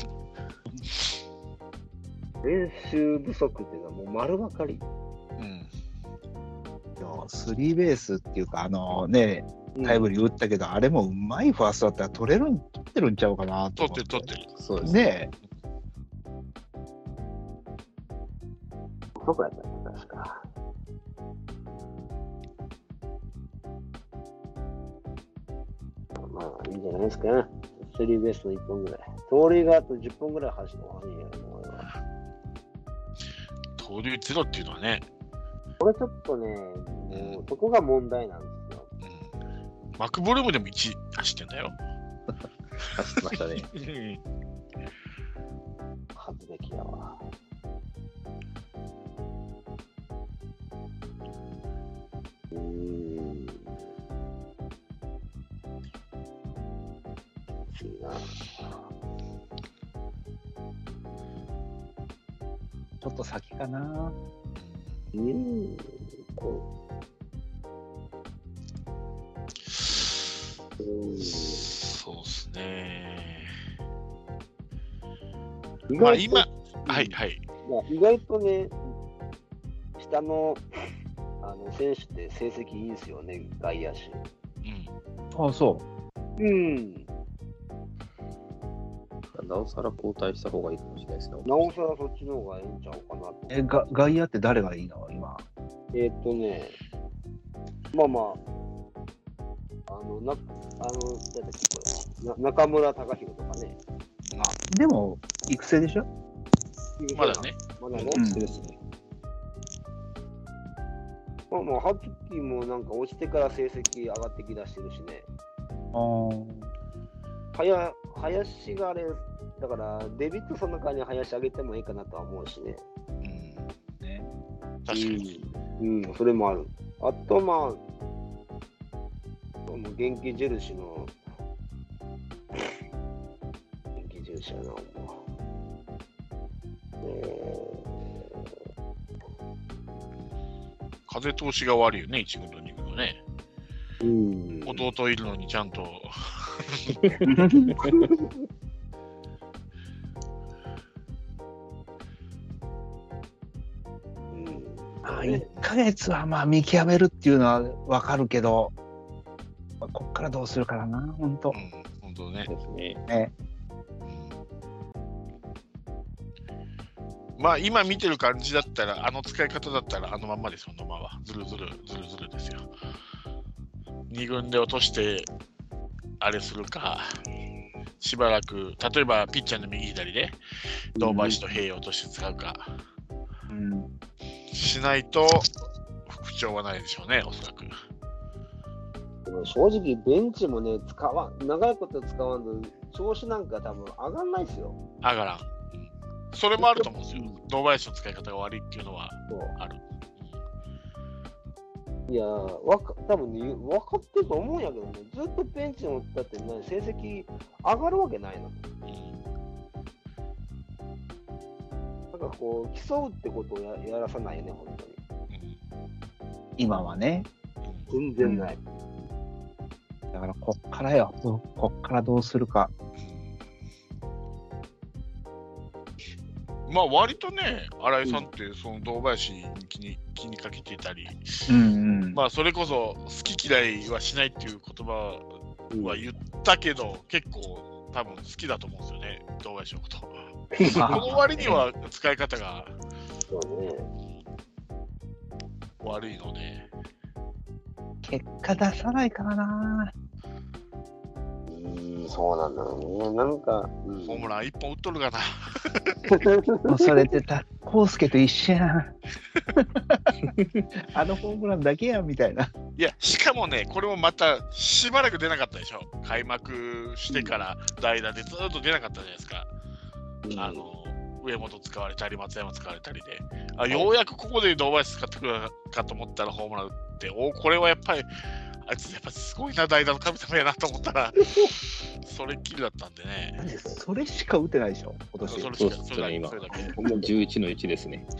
練習不足っていうのはもう丸ばかり、うん、 スリーベースっていうかあのねタイムリー打ったけど、うん、あれもうまいファーストだったら取れるん取ってるんちゃうかなと思って取ってる取ってるそうですねどこやったっけ確かまあいいんじゃないですか。スリーベースのいっぽんぐらい。盗塁があとじゅっぽんぐらい走るのがいいんやろな。 盗塁ゼロっていうのはね。 これちょっとね、もうそこが問題なんですよ。うん、 マクブルームでもいち走ってんだよ。 走ってましたね。 恥ずべきだわ。うーん。 しいな。 ちょっと先かな。 うん。 そうですね。 意まあ外と、 今、はいはい。 いや意外とね、下のあの選手って成績いいんですよね、外野手。 うん。 あ、そうん。 なおさら交代した方がいいかもしれないですね。 なおさらそっちの方がいいんちゃうかなと。 え、が外野って誰がいいの今。 えーっとね、まあまあ、あの、な、あの、なんだっけ、これ、な中村隆弘とかね。 でも、育成でしょ。 まだね。 まだね。 うんですね。 まあまあ、ハキキもなんか落ちてから成績上がってきだしてるしね。 ああ。 はや林があれ、だからデビッドソンの代わりに林上げてもいいかなとは思うしね。 うん。 ね。 確かに。 うん、うん、それもある。あとまあ、もう元気印の、元気印やな、もう。え風通しが悪いよね、いち軍とに軍はね。 ー、うん。 弟いるのにちゃんと。 あ、いっかげつはまあ見極めるっていうのはわかるけど、こっからどうするからな、本当。 うん、本当ね。 ですね。 ね。 まあ今見てる感じだったら、あの使い方だったらあのまんまですよ、野間は。ずるずる、ずるずるですよ。に軍で落として、あれするか、しばらく、例えばピッチャーの右左で、堂林と平を落として使うか、 うん。 しないと、復調はないでしょうね、おそらく。 でも正直ベンチもね、使わん、長いこと使わんと、調子なんか多分上がんないですよ。 上がらん。それもあると思うんですよ。堂林の使い方が悪いっていうのはある。 いやー、わか多分ね、分かってると思うんやけどね、ずっとベンチにおったって、ね、成績上がるわけないの。なんかこう、競うってことを や, やらさないよね、本当に。 今はね。 全然ない。 だからこっからよ。こっからどうするか。 まあ割とね、新井さんってその堂林に気に気にかけてたり、 うんうん、 まあそれこそ好き嫌いはしないっていう言葉は言ったけど、うん、結構多分好きだと思うんですよね、堂林のこと。この割には使い方が悪いので。 結果出さないからな。 そうなんだろうね。なんか、 うん、ホームランいっぽん打っとるかな。 もうそれってた、康介と一緒やん。あのホームランだけやんみたいな。 いや、しかもね、これもまたしばらく出なかったでしょ。開幕してから代打でずっと出なかったじゃないですか。うん、あの上本使われたり、松山使われたりで、あようやくここで堂林使ってくるかと思ったらホームラン打って、おこれはやっぱり。あいつやっぱすごいな、代打の神様やなと思ったら、それっきりだったんでね。 それしか打てないでしょ、今年。 それしか、それだけ、 今それだけ。 ほんまじゅういちのいちですね。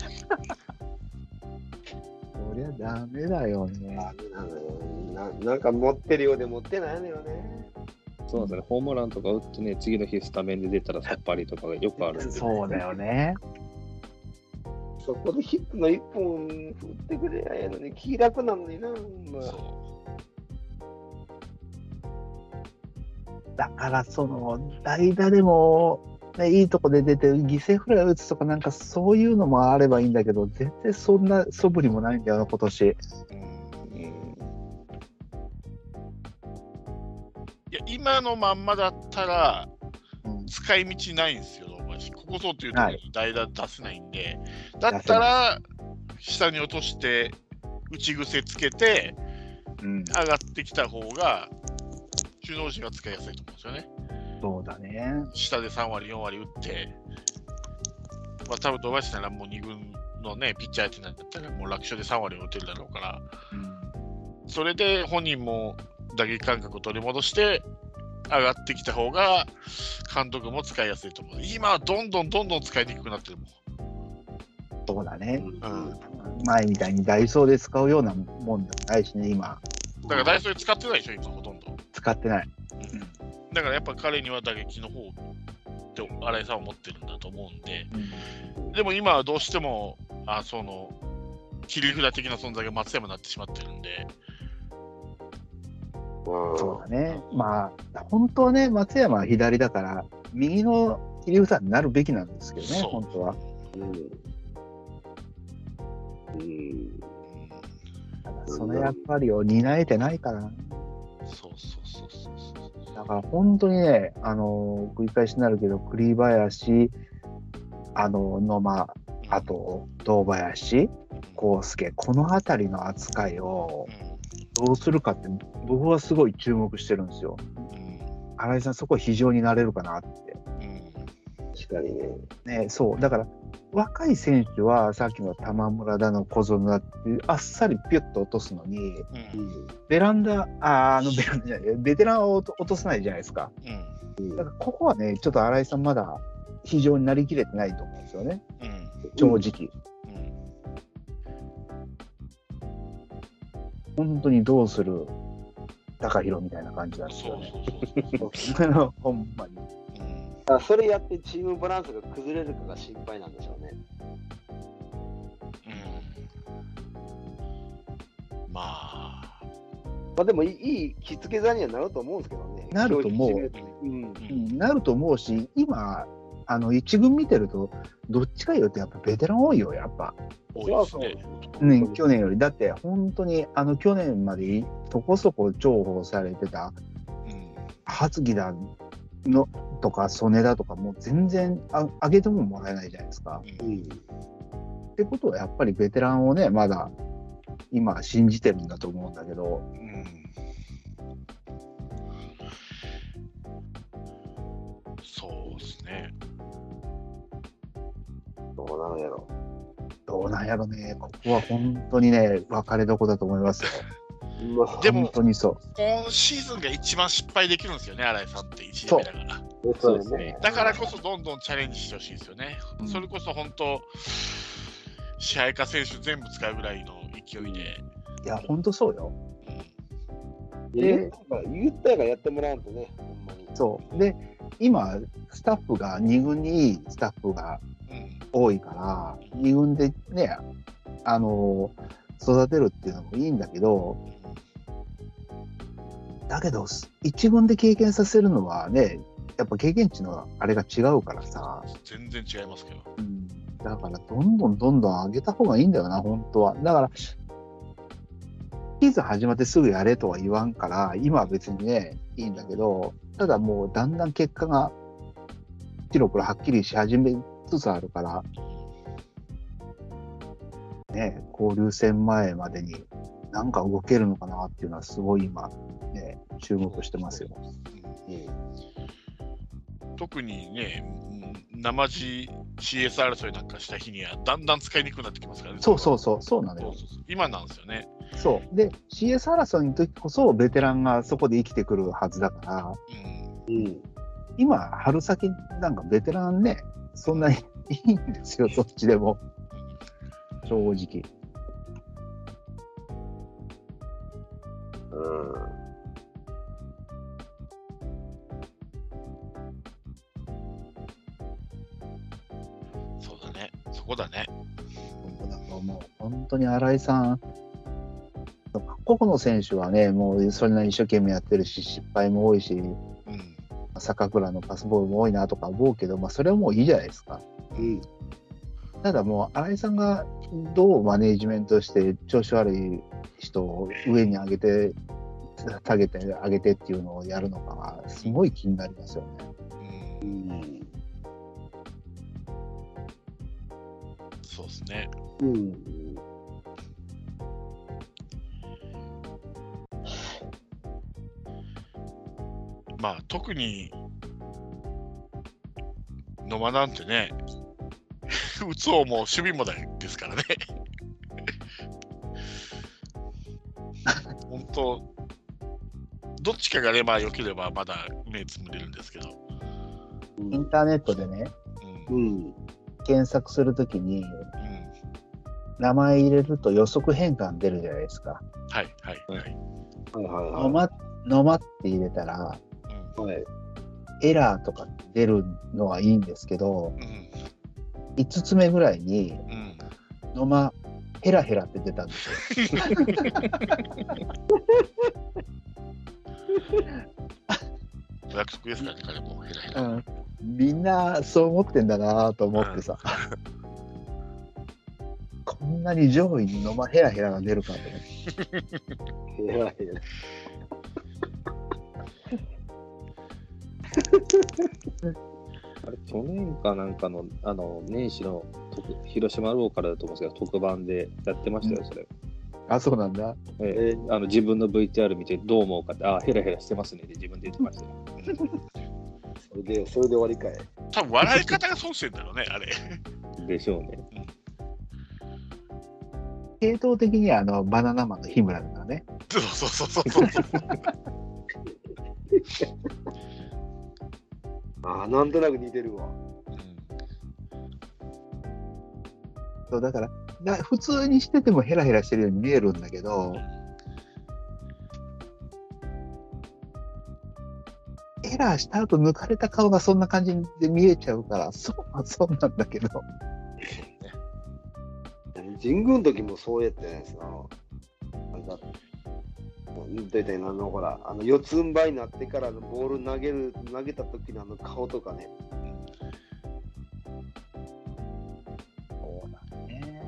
そりゃダメだよね。 な, なんか持ってるようで持ってないのよね。 そうなんですね、ホームランとか打ってね、次の日スタメンで出たらさっぱりとかがよくあるんで、ね。 そうだよね。 そこでヒットのいっぽん振ってくれやえのに、気楽なのにな。まあ、 そうだからその代打でも、ね、いいとこで出て犠牲フライ打つとかなんかそういうのもあればいいんだけど、全然そんな素振りもないんだよな今年。うん、 いや今のまんまだったら使い道ないんですよ、堂林。ここぞというときに代打出せないんで、だったら下に落として打ち癖つけて、うん、上がってきた方が首脳陣が使いやすいと思うんですよね。 そうだね。 下でさんわりよんわり打って、まあ多分堂林ならもうに軍のねピッチャー相手になったらもう楽勝でさんわり打てるだろうから、うん、それで本人も打撃感覚を取り戻して上がってきた方が監督も使いやすいと思う。今はどんどんどんどん使いにくくなってるもん。 そうだね、 うん、 前みたいにダイソーで使うようなもんでもないしね、今。 だからダイソーで使ってないでしょ、今ほとんど。 使ってない。 うん、だからやっぱ彼には打撃の方って新井さんは思ってるんだと思うんで、うん、でも今はどうしてもあその切り札的な存在が松山になってしまってるんで。 そうだね。まあ本当はね、松山は左だから右の切り札になるべきなんですけどね、本当は。うんうん、ただその役割を担えてないからな。 そうそうそうそうそう。 だから本当にね、あの繰り返しになるけど、栗林、あの野間、あと堂林、康介、この辺りの扱いをどうするかって僕はすごい注目してるんですよ。うん、新井さんそこ非常になれるかなって。 うん、確かにね。 ね、そうだから若い選手はさっきの玉村だの小園だってあっさりピュッと落とすのに、うん、ベランダああのベランダじゃないベテランを落とさないじゃないですか、うん、だからここはねちょっと新井さんまだ非常になりきれてないと思うんですよね、うん、正直、うん、本当にどうする高弘みたいな感じなんですよねほんまに。 それやってチームバランスが崩れるかが心配なんでしょうね。 うん、まあ、 まあでもいい着付け座にはなると思うんですけどね。 なると思う。うん、なると思うし、今あの一軍見てるとどっちかよってやっぱベテラン多いよやっぱ。 多いですね。 ね、去年よりだって本当にあの去年までそこそこ重宝されてた初木だのとか曽根だとかもう全然あ上げてももらえないじゃないですか、うん、ってことはやっぱりベテランをねまだ今信じてるんだと思うんだけど、うん、 そうですね。 どうなのやろどうなんやろね。ここは本当にね分かれどこだと思いますよ。 でも本当にそう今シーズンが一番失敗できるんですよね、新井さんっていちねんめだから。 そうですね。 だからこそどんどんチャレンジしてほしいですよね。うん、それこそ本当支配下選手全部使うぐらいの勢いで。 いや本当そうよ。 うん、で言ったらやってもらうとね、ほんまに。 そうで今スタッフがに軍にいいスタッフが多いから、うん、に軍でねあの育てるっていうのもいいんだけど。だけどいち軍で経験させるのはねやっぱ経験値のあれが違うからさ全然違いますけど、 うん、だからどんどんどんどん上げた方がいいんだよな本当は。だからシーズン始まってすぐやれとは言わんから今は別にねいいんだけどただもうだんだん結果が白黒はっきりし始めつつあるからね交流戦前までになんか動けるのかなっていうのはすごい今ね、注目してますよ、うんうん、特にね生地 シーエス 争いなんかした日にはだんだん使いにくくなってきますからね。 そうそうそうそうなのよ。 そうそうそう今なんですよね。 そうで シーエス 争いの時こそベテランがそこで生きてくるはずだから、うんうん、今春先なんかベテランねそんなにいいんですよどっちでも正直。 うんそこだね。 だからもう本当に新井さん、個々の選手はね、もうそれなりに一生懸命やってるし、失敗も多いし、うん、坂倉のパスボールも多いなとか思うけど、まあ、それはもういいじゃないですか。うん、ただもう新井さんがどうマネージメントして調子悪い人を上に上げて、下げて上げてっていうのをやるのかはすごい気になりますよね。うん、 そうですね。 うん。 まあ特に野間なんてね、打つ方も守備もですからね。本当どっちかがねまあ良ければまだ目つむれるんですけど。 インターネットでね、 うん、 検索するときに、 うん、 名前入れると予測変換出るじゃないですか。 はいはいはい。 はいはいはい。 のま、のまって入れたら、 うんはい。 エラーとか出るのはいいんですけど、 うんいつつめぐらいに、 うんのま、ヘラヘラって出たんですよ。 お約束ですからね、彼もヘラヘラ。 うん、みんなそう思ってんだなと思ってさ、こんなに上位にのまヘラヘラが出るかと思って。 いやいや。 あれ去年かなんかのあの年始の特広島ローカルだと思うんですけど、特番でやってましたよ、それ。 あ、そうなんだ。 ええ、あの自分の ブイティーアール 見てどう思うかって、あ、ヘラヘラしてますねって自分で言ってましたよ。 それで、それで終わりかい。 多分笑い方が損してんだろうね、あれ。 でしょうね。 系統的にはあのバナナマンの日村だからね。 そうそうそうそう。 ああ、なんとなく似てるわ。 そうだからだ普通にしててもヘラヘラしてるように見えるんだけど、エラーした後抜かれた顔がそんな感じで見えちゃうから、そうはそうなんだけど。 神宮の時もそうやってないですか。なんか、大体あのほら、あの四つん這いになってからのボール投げる投げた時のあの顔とかね。 そうだね。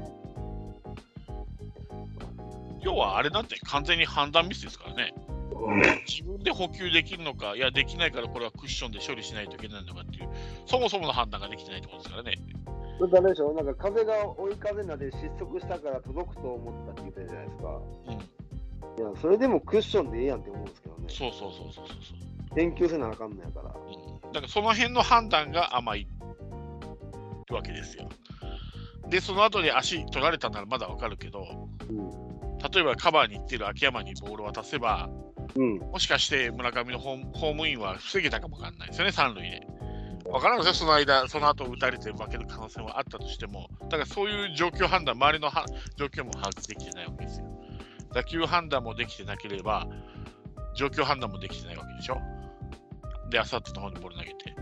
要はあれなんて完全に判断ミスですからね。自分で補給できるのか、いや、できないからこれはクッションで処理しないといけないのかっていう、そもそもの判断ができてないってことですからね。 それダメでしょ。なんか風が追い風になって失速したから届くと思ったって言ってたじゃないですか。 うん、 いや、それでもクッションでええやんって思うんですけどね。 そうそうそうそうそうそう。 研究せなあかんのやから。 うん、だからその辺の判断が甘いってわけですよ。で、その後に足取られたならまだわかるけど、 うん、 例えばカバーに行ってる秋山にボールを渡せば、 うん、 もしかして村上のホーム、ホームインは防げたかもわかんないですよね、三塁で。わからんですよ、その間、その後打たれて負ける可能性はあったとしても、だからそういう状況判断、周りのは状況も把握できてないわけですよ。打球判断もできてなければ、状況判断もできてないわけでしょ。で、あさっての方にボール投げて。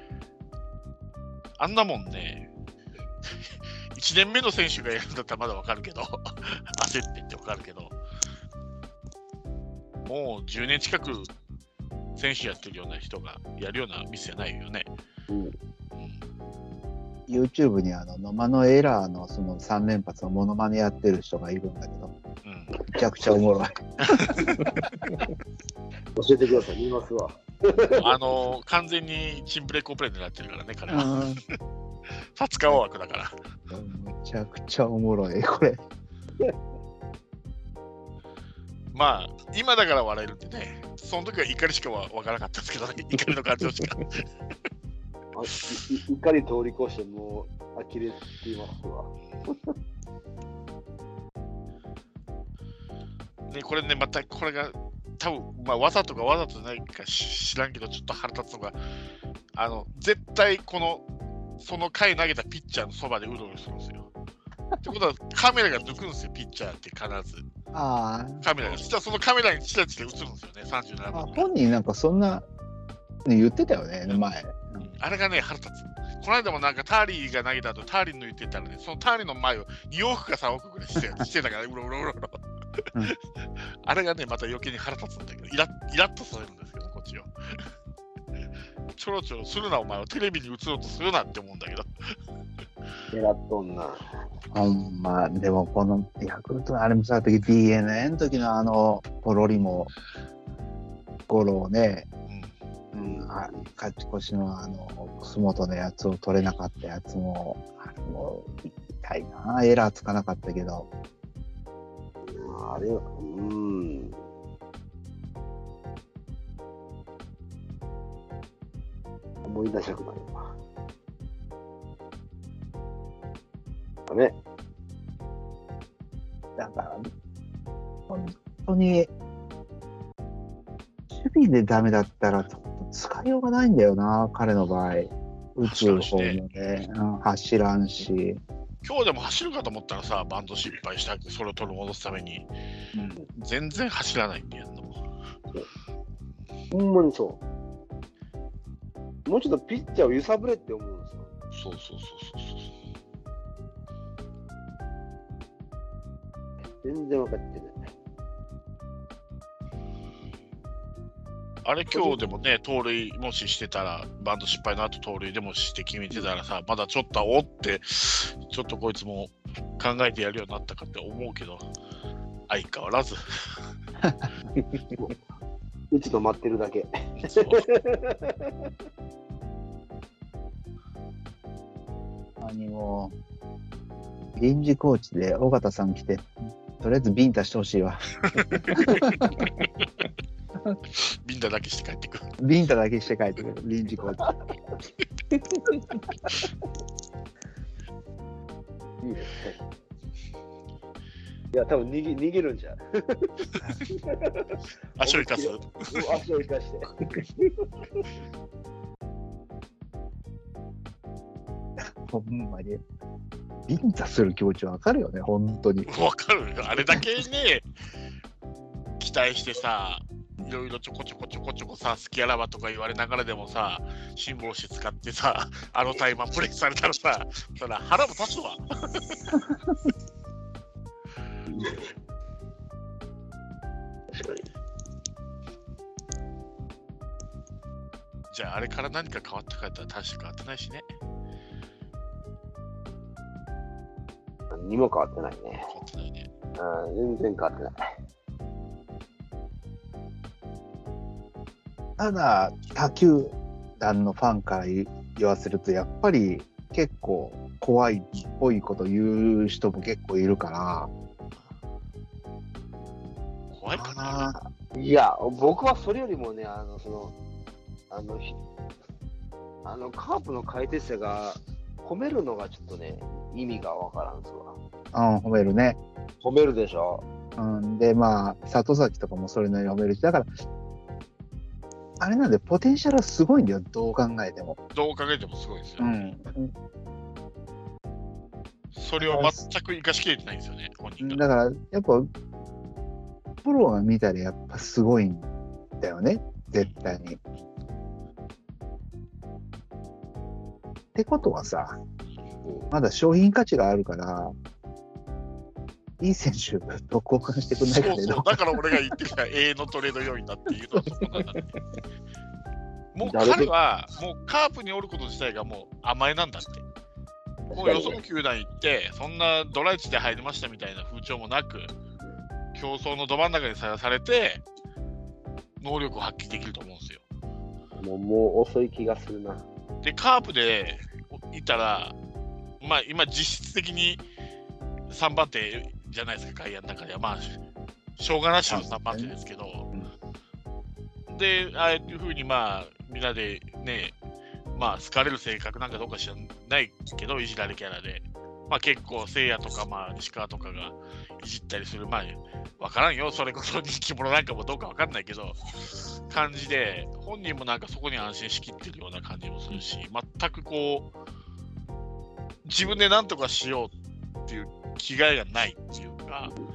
あんなもんね、いちねんめの選手がやるんだったらまだわかるけど、焦ってってわかるけど、もうじゅうねん近く選手やってるような人がやるようなミスじゃないよね。 うん、 YouTube にあの野間のエラーのそのさん連発のモノマネやってる人がいるんだけど、うん、めちゃくちゃおもろい。 教えてください、見ますわ。 あのー、完全にチンプレーコープレーになってるからね、彼は。さつか大枠だから。 めちゃくちゃおもろい、これ。 まあ、今だから笑えるんでね、その時は怒りしかわからなかったですけどね、怒りの感情しか。 あい怒り通り越してもう呆れていますわ。 ね、これね、またこれが多分、まあ、わざとかわざとないか知らんけど、ちょっと腹立つのが、あの絶対このその回投げたピッチャーのそばでうろうろするんですよ。ってことはカメラが抜くんですよ、ピッチャーって必ず。 あカメラが。そしたらそのカメラにチラチラ映るんですよね、さんじゅうななばん。 本人なんかそんな、ね、言ってたよね、前。 うん、あれがね、腹立つ。この間もなんかターリーが投げた後、ターリー抜いてたらね、そのターリーの前をに往復かさん往復ぐらいしてしてたから、うろうろうろうろ。うん、あれがね、また余計に腹立つんだけど、イラッイラッとされるんですけど、こっちを。ちょろちょろするな、お前はテレビに映ろうとするなって思うんだけど。 狙っとんな。 ほんま、でもこのヤクルトのあれもさ、時 ディーエヌエー の時のあのポロリもゴロをね、うんうん、あ勝ち越しのあの楠本のやつを取れなかったやつも、あれも痛いな、エラーつかなかったけど。 あれは、うん。思い出したくなるな。ダメ。 だから、本当に、守備でダメだったら、ちょっと使使いようがないんだよな、彼の場合。打つ方もね、うん、走らんし。 今日でも走るかと思ったらさ、バント失敗したそれを取り戻すために、うん、全然走らないんだよ。 ほんまにそう。もうちょっとピッチャーを揺さぶれって思うんですよ。 そうそうそうそうそう。全然分かってない。 あれ今日でもね、盗塁もししてたら、バント失敗の後盗塁でもして決めてたらさ、まだちょっとおって、ちょっとこいつも考えてやるようになったかって思うけど、相変わらず。 打つの待ってるだけ。 何も臨時コーチで尾形さん来て、とりあえずビンタしてほしいわ。 ビンタだけして帰ってくる。 ビンタだけして帰ってくる。臨時コーチ。 いいですね。いや、多分逃げ、逃げるんじゃん。 足を生かす。 足を生かして。 ほんまに。ビンタする気持ちわかるよね、本当に。 わかる。あれだけね、期待してさ、いろいろちょこちょこちょこちょこさ、好きあらばとか言われながらでもさ、辛抱して使ってさ、あのタイマープレイされたらさ、そら腹も立つわ。じゃああれから何か変わったかって大して変わってないしね。 何にも変わってないね。 変わってないね。 あ全然変わってない。 ただ他球団のファンから言わせるとやっぱり結構怖いっぽいこと言う人も結構いるから。 怖いかな。 いや、僕はそれよりもね、あの、その、あの、あのカープの解説者が褒めるのがちょっとね、意味がわからんすわ。 うん、褒めるね。 褒めるでしょ。 うん、で、まあ、里崎とかもそれなりに褒めるし、だから、あれなんで、ポテンシャルはすごいんだよ、どう考えても。 どう考えてもすごいですよ。 うん。 それを全く生かしきれてないんですよね、本人が。 だから、やっぱ、プロが見たらやっぱすごいんだよね、絶対に。ってことはさ、まだ商品価値があるから、いい選手と交換してくんないかね。 そうそう、だから俺が言ってきた永遠のトレード要因だっていうのはそこなんだね。もう彼は、もうカープにおること自体がもう甘えなんだって。もうよその球団行って、そんなドライチで入りましたみたいな風潮もなく、競争のど真ん中にさらされて、能力を発揮できると思うんですよ。 もう、もう遅い気がするな。 で、カープでいたら、まあ今実質的にさんばん手じゃないですか、外野の中では。まあ、しょうがなしのさんばん手ですけど、うん、で、ああいうふうにまあ、みんなでね、まあ、好かれる性格なんかどうか知らないけど、いじられキャラで、まあ結構、せいやとか、まあ、西川とかがいじったりする、まあ、わからんよ、それこそ人気者なんかもどうかわかんないけど、感じで、本人もなんかそこに安心しきってるような感じもするし、全くこう、自分で何とかしようっていう気概がないっていうか、うん、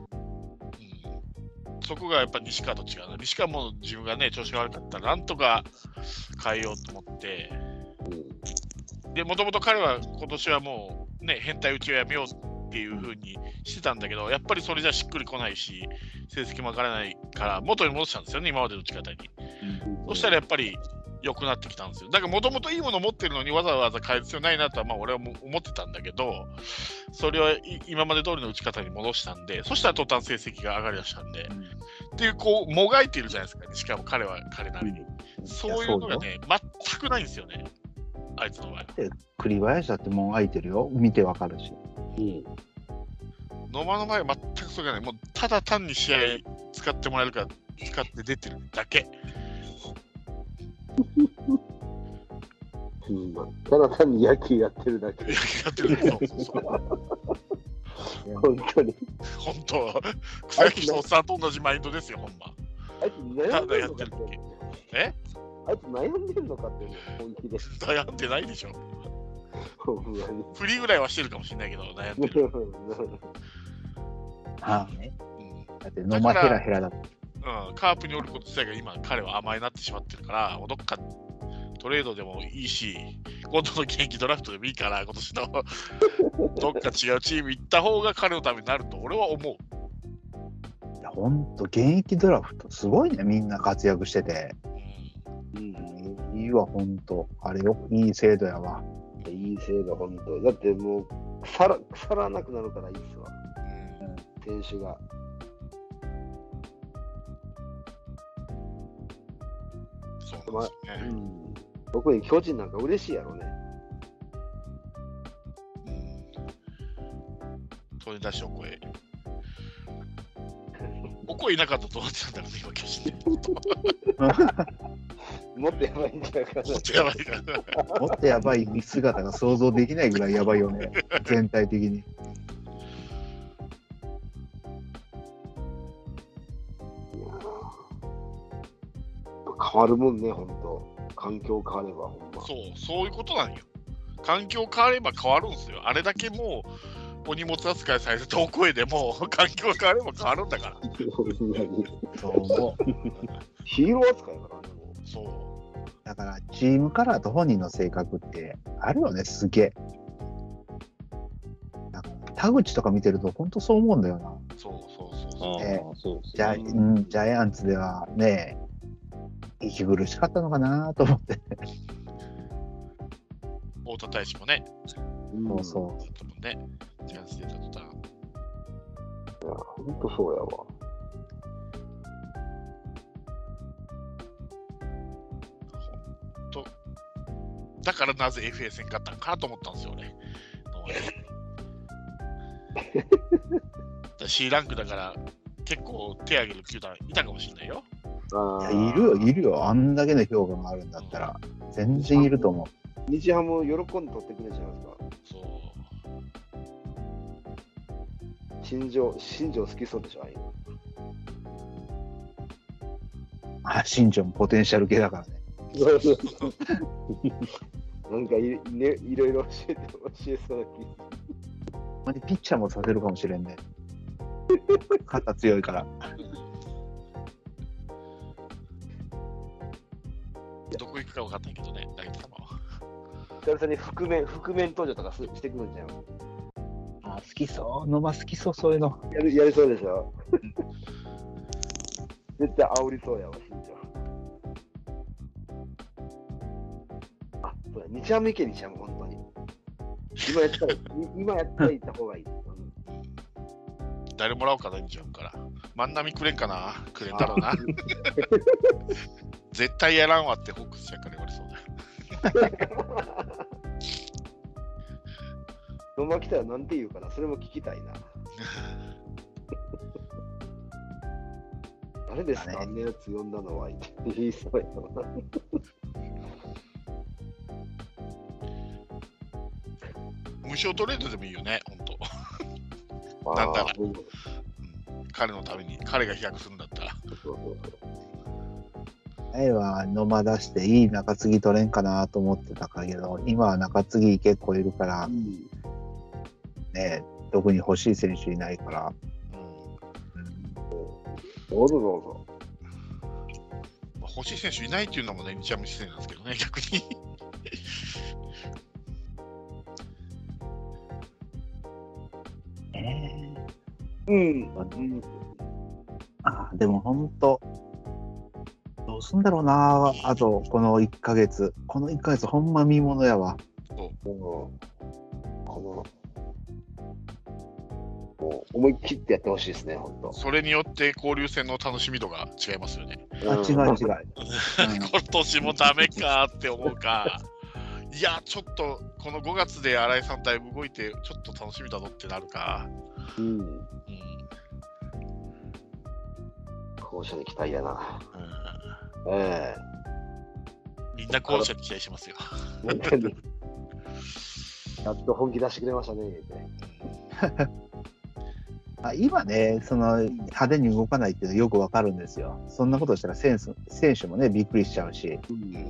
そこがやっぱ西川と違うな。西川も自分がね、調子が悪かったら、なんとか変えようと思って、で、もともと彼は今年はもうね、変態打ちをやめようっていう風にしてたんだけど、やっぱりそれじゃしっくりこないし、成績も上がらないから、元に戻したんですよね、今までの打ち方に。うん、そしたらやっぱり良くなってきたんですよ。だからもともといいものを持ってるのにわざわざ変える必要ないなとはまあ俺は思ってたんだけど、それを今まで通りの打ち方に戻したんで、そしたら途端成績が上がりだしたんで、うん、っていうこうもがいているじゃないですかね。しかも彼は彼なりに、うん、そういうのがね全くないんですよね。あいつの場合。 栗林だってもう空いてるよ。見てわかるし。うん。 野間の場合は全くそれがない。もうただ単に試合使ってもらえるから使って出てるだけ。 うん、ただ単に野球やってるだけ。 野球やってるだけ。そうそうそう本当に。 本当。草木とおっさんと同じマインドですよ、ほんま。 あいつただやってるだけ。え？ あいつ悩んでんのかっていうの本気で。 悩んでないでしょ。振りぐらいはしてるかもしれないけど、悩んでる。 ああね。だって野間ヘラヘラだった。 うん、カープにおること自体が今、彼は甘えになってしまってるから、どっかトレードでもいいし、今度の現役ドラフトでもいいから、今年のどっか違うチーム行った方が彼のためになると俺は思う。 いや、ほんと、現役ドラフト、すごいね、みんな活躍してて。うん、いいわ、ほんと。あれよ、いい制度やわ。 いい制度、ほんと。だってもう腐ら、腐らなくなるからいいっすわ。うん、選手が。 そうなんですよね。まあ、うん、 特に巨人なんか嬉しいやろね。 うん。取り出しお声。お声いなかったと思ってたんだけど、今巨人で。 もっとやばいんじゃないかな。 もっとやばいかな。 もっとやばい姿が想像できないぐらいやばいよね、全体的に。 変わるもんね、ほんと。環境変われば、ほんま。 そう、そういうことなんよ。環境変われば変わるんですよ。あれだけもう、お荷物扱いされてたお声でも、環境変われば変わるんだから。 そう思う。 ヒーロー扱いからね、もう。そう。 だから、チームカラーと本人の性格ってあるよね、すげえ。田口とか見てると、本当そう思うんだよな。 そうそうそうそう。 ね、そうジャイ、うん、ジャイアンツではね、息苦しかったのかなと思って。 太田大使もね。 そうそう。 ずっともね、ジャイアンツでた途端。いや、ほんとそうやわ。 ほんと。だからなぜ エフエー 戦勝ったのかと思ったんですよね。C ランクだから結構手挙げる球団いたかもしれないよ。 いや、いるよ、いるよ。あんだけの評価があるんだったら、うん、全然いると思う。 日ハム喜んで取ってくれちゃいますか。 そう。 新庄、新庄好きそうでしょ、ああいうの。 あ、新庄もポテンシャル系だからね。 なんかい、ね、いろいろ教えて、教えそうな気。 まにピッチャーもさせるかもしれんね。肩強いから。 どこ行くか分かんないけどね、大体も。 久々に覆面、覆面登場とかすしてくるんじゃん。 あ、好きそう。野間好きそう、そういうの。 やる、やりそうでしょ。絶対煽りそうやわ、新庄。あ、そうや、日ハム行け、日ハム、本当に。今やったら、今やったら行った方がいい。 誰もらおうかな、日ハムから。万波くれんかな、くれんだろうな。絶対やらんわってホークス社から言われそうだ。 野間来たらなんて言うかな、それも聞きたいな。誰ですか、あんなやつ呼んだのは言いそうやな。 無償トレードでもいいよね、ほんと。なんだら、うん、彼のために、彼が飛躍するんだったら。 前は野間出していい中継ぎ取れんかなと思ってたけど、今は中継ぎ結構いるから、うん、ね、特に欲しい選手いないから。 うんうん、どうぞどうぞ。 まあ、欲しい選手いないっていうのもね、日ハム失礼なんですけどね、逆に。 えー、うん。うん、 あ、でも本当。どうすんだろうな、あとこのいっかげつ、このいっかげつ、ほんま見ものやわ。 そう、このもう思い切ってやってほしいですね、本当。 それによって交流戦の楽しみ度が違いますよね。 あ、違う違う。 今年もダメかって思うか、いや、ちょっとこのごがつで新井さん対動いて、ちょっと楽しみだぞってなるか。 うん。うん、校舎に期待やな。うん、ええー、みんな校舎に期待しますよ。 やっと本気出してくれましたね。 あ、今ね、その派手に動かないっていうのはよくわかるんですよ。そんなことしたら選手、選手もね、びっくりしちゃうし、 うん、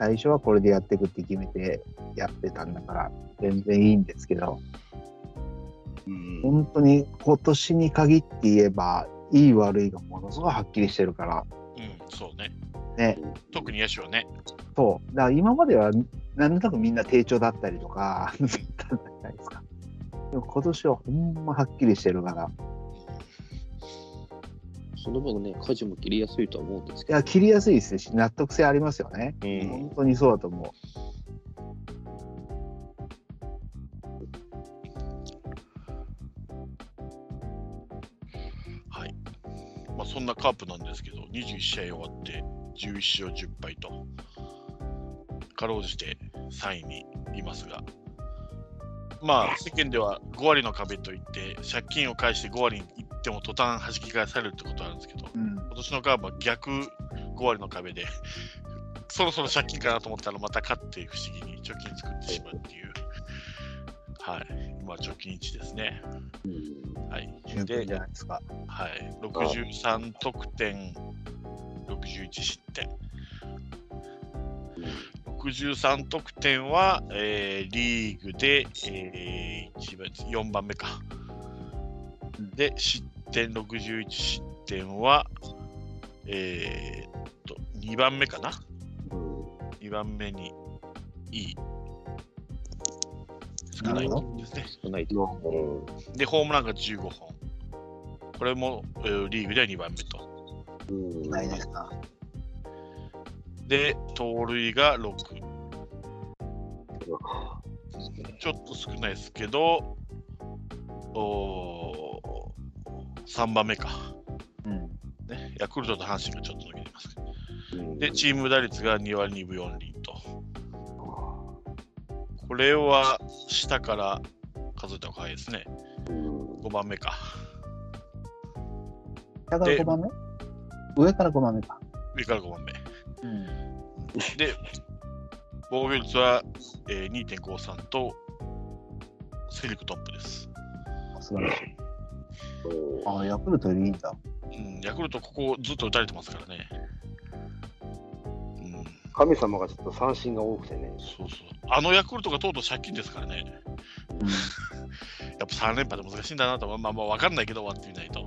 最初はこれでやっていくって決めてやってたんだから全然いいんですけど、うん、本当に今年に限って言えばいい悪いがものすごいはっきりしてるから、 うん、そうね。 ね、 特に野手はね。 そう。だから今まではなんとなくみんな低調だったりとかだったじゃないですか。でも今年はほんまはっきりしてるから。 その分ね、舵も切りやすいとは思うんですけど。 いや、切りやすいですし、納得性ありますよね。 うん、 本当にそうだと思う。 はい。まあ、そんなカープなんですけど、にじゅういち試合終わってじゅういち勝じゅっ敗と、かろうじてさんいにいますが、まあ、世間ではご割の壁といって、借金を返してご割に行っても途端弾き返されるってことなんですけど、うん、今年のカープは逆ご割の壁で、そろそろ借金かなと思ったらまた勝って不思議に貯金作ってしまうっていう、はい、今貯金いちですね。はい。 で、じゃないですか。 はい。ろくじゅうさん得点、ろくじゅういち失点。ろくじゅうさん得点は、えー、リーグで、えー、一番よんばんめか。で、失点ろくじゅういち失点は、えー、っと、にばんめかな。にばんめにいい。少ないですね。 少ないと。 で、ホームランがじゅうごほん。これも、えー、リーグではにばんめと。 ないですか。 で、盗塁がろく。ちょっと少ないですけど、おさんばんめか、うんね。ヤクルトと阪神がちょっと抜けてます。で、チーム打率がに割にぶよん厘と。これは下から数えた方が早いですね。ごばんめか。 下からごばんめ？上からごばんめか。 上からごばんめ。うん、で、防御率は、えー、にてんごさん とセ・リーグトップです。 素晴らしい。ああ、ヤクルトよりいいんだ。 うん、ヤクルトここずっと打たれてますからね。 うん、神様がちょっと三振が多くてね。 そうそう。あのヤクルトがとうとう借金ですからね。うん、やっぱさん連覇で難しいんだなと、まあまあ分かんないけど終わってみないと。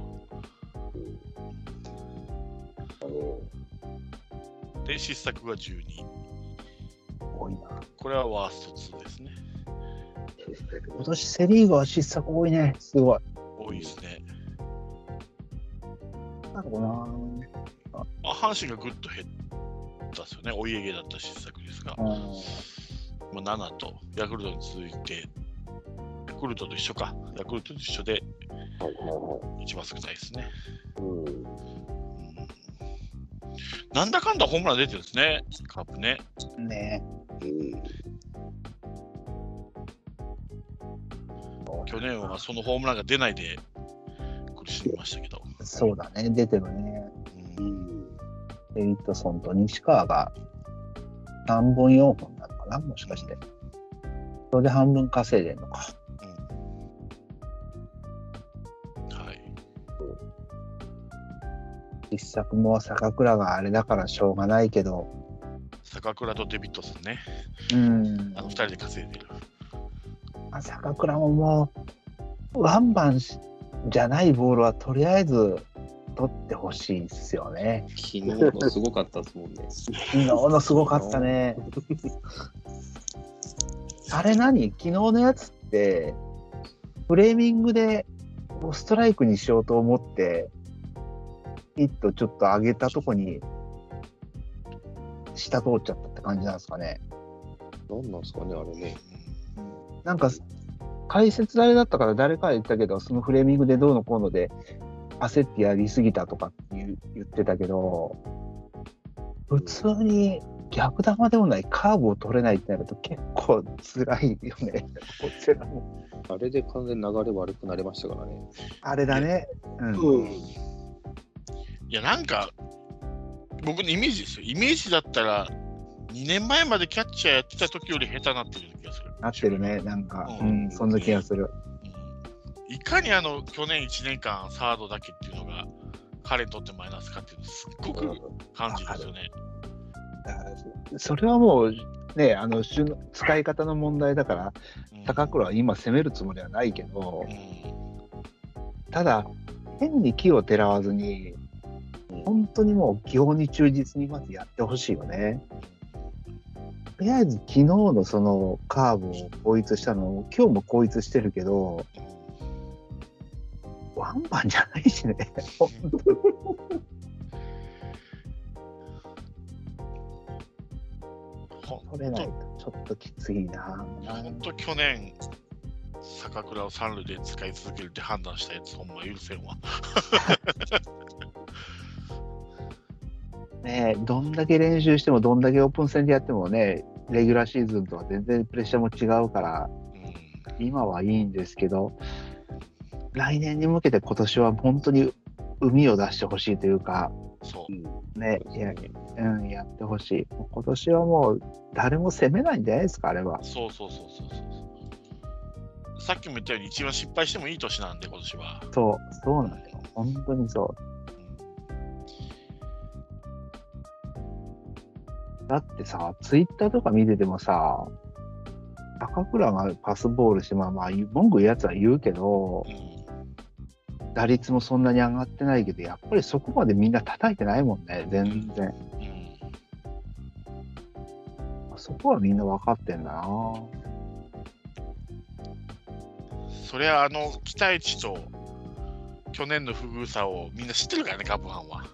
で、失策がじゅうに。 多いな。 これはワーストにですね。 今年セ・リーグは失策多いね。すごい。 多いですね。 なるほどな。 あ、阪神がぐっと減ったですよね。お家芸だった失策ですが。まあ、ななとヤクルトに続いて、ヤクルトと一緒か。ヤクルトと一緒で一番少ないですね。うんうん、なんだかんだホームラン出てるんですね、カープね。 ねえ。 去年はそのホームランが出ないで苦しみましたけど。 そうだね、出てるね。うん、エリットソンと西川がさんぼんよんほんなのかな、もしかして。それで半分稼いでるのか。 うん、はい。 失策も坂倉があれだからしょうがないけど。 坂倉とデビッドソンね。 うん。 あのふたりで稼いでる。 坂倉ももうワンバンじゃないボールはとりあえず取ってほしいですよね。 昨日のすごかったですもんね。 昨日のすごかったね。あれ何？昨日のやつってフレーミングでストライクにしようと思ってヒットちょっと上げたとこに下通っちゃったって感じなんですかね。 なんなんですかね、あれね。 なんか解説あれだったから誰か言ったけど、そのフレーミングでどうのこうので焦ってやりすぎたとかって言ってたけど、普通に逆球でもないカーブを取れないってなると結構辛いよね。こちらもあれで完全に流れ悪くなりましたからね。 あれだね。うん。うん、 いやなんか僕のイメージですよ。イメージだったらにねんまえまでキャッチャーやってた時より下手なってる気がする。 なってるね、なんか、うん、うん、そんな気がする。 うん、いかにあの去年いちねんかんサードだけっていうのが彼にとってマイナスかっていうのすっごく感じですよね。 だからそれはもうね、あの種の使い方の問題だから、 うん高倉は今攻めるつもりはないけど、 うんただ変に木をてらわずに本当にもう基本に忠実にまずやってほしいよね。とりあえず昨日のそのカーブを統一したのを今日も統一してるけど、ワンバンじゃないしね。本当に取れないとちょっときついな。 本当去年坂倉を三塁で使い続けるって判断したやつほんま許せんわ。 ねえ、どんだけ練習してもどんだけオープン戦でやってもね、レギュラーシーズンとは全然プレッシャーも違うからうん今はいいんですけど、来年に向けて今年は本当に海を出してほしいというかそうね、いや、うん、やってほしい。今年はもう誰も攻めないんじゃないですか、あれは。 そうそうそうそうそうさっきも言ったように一番失敗してもいい年なんで今年は。 そう、そうなんだよ。本当にそう。だってさ、ツイッターとか見ててもさ、高倉がパスボールして、まあまあ、文句言うやつは言うけど、 うん打率もそんなに上がってないけど、やっぱりそこまでみんな叩いてないもんね、全然。 うん、 そこはみんな分かってんだな。 そりゃあの期待値と去年の不遇さをみんな知ってるからね、カープファンは。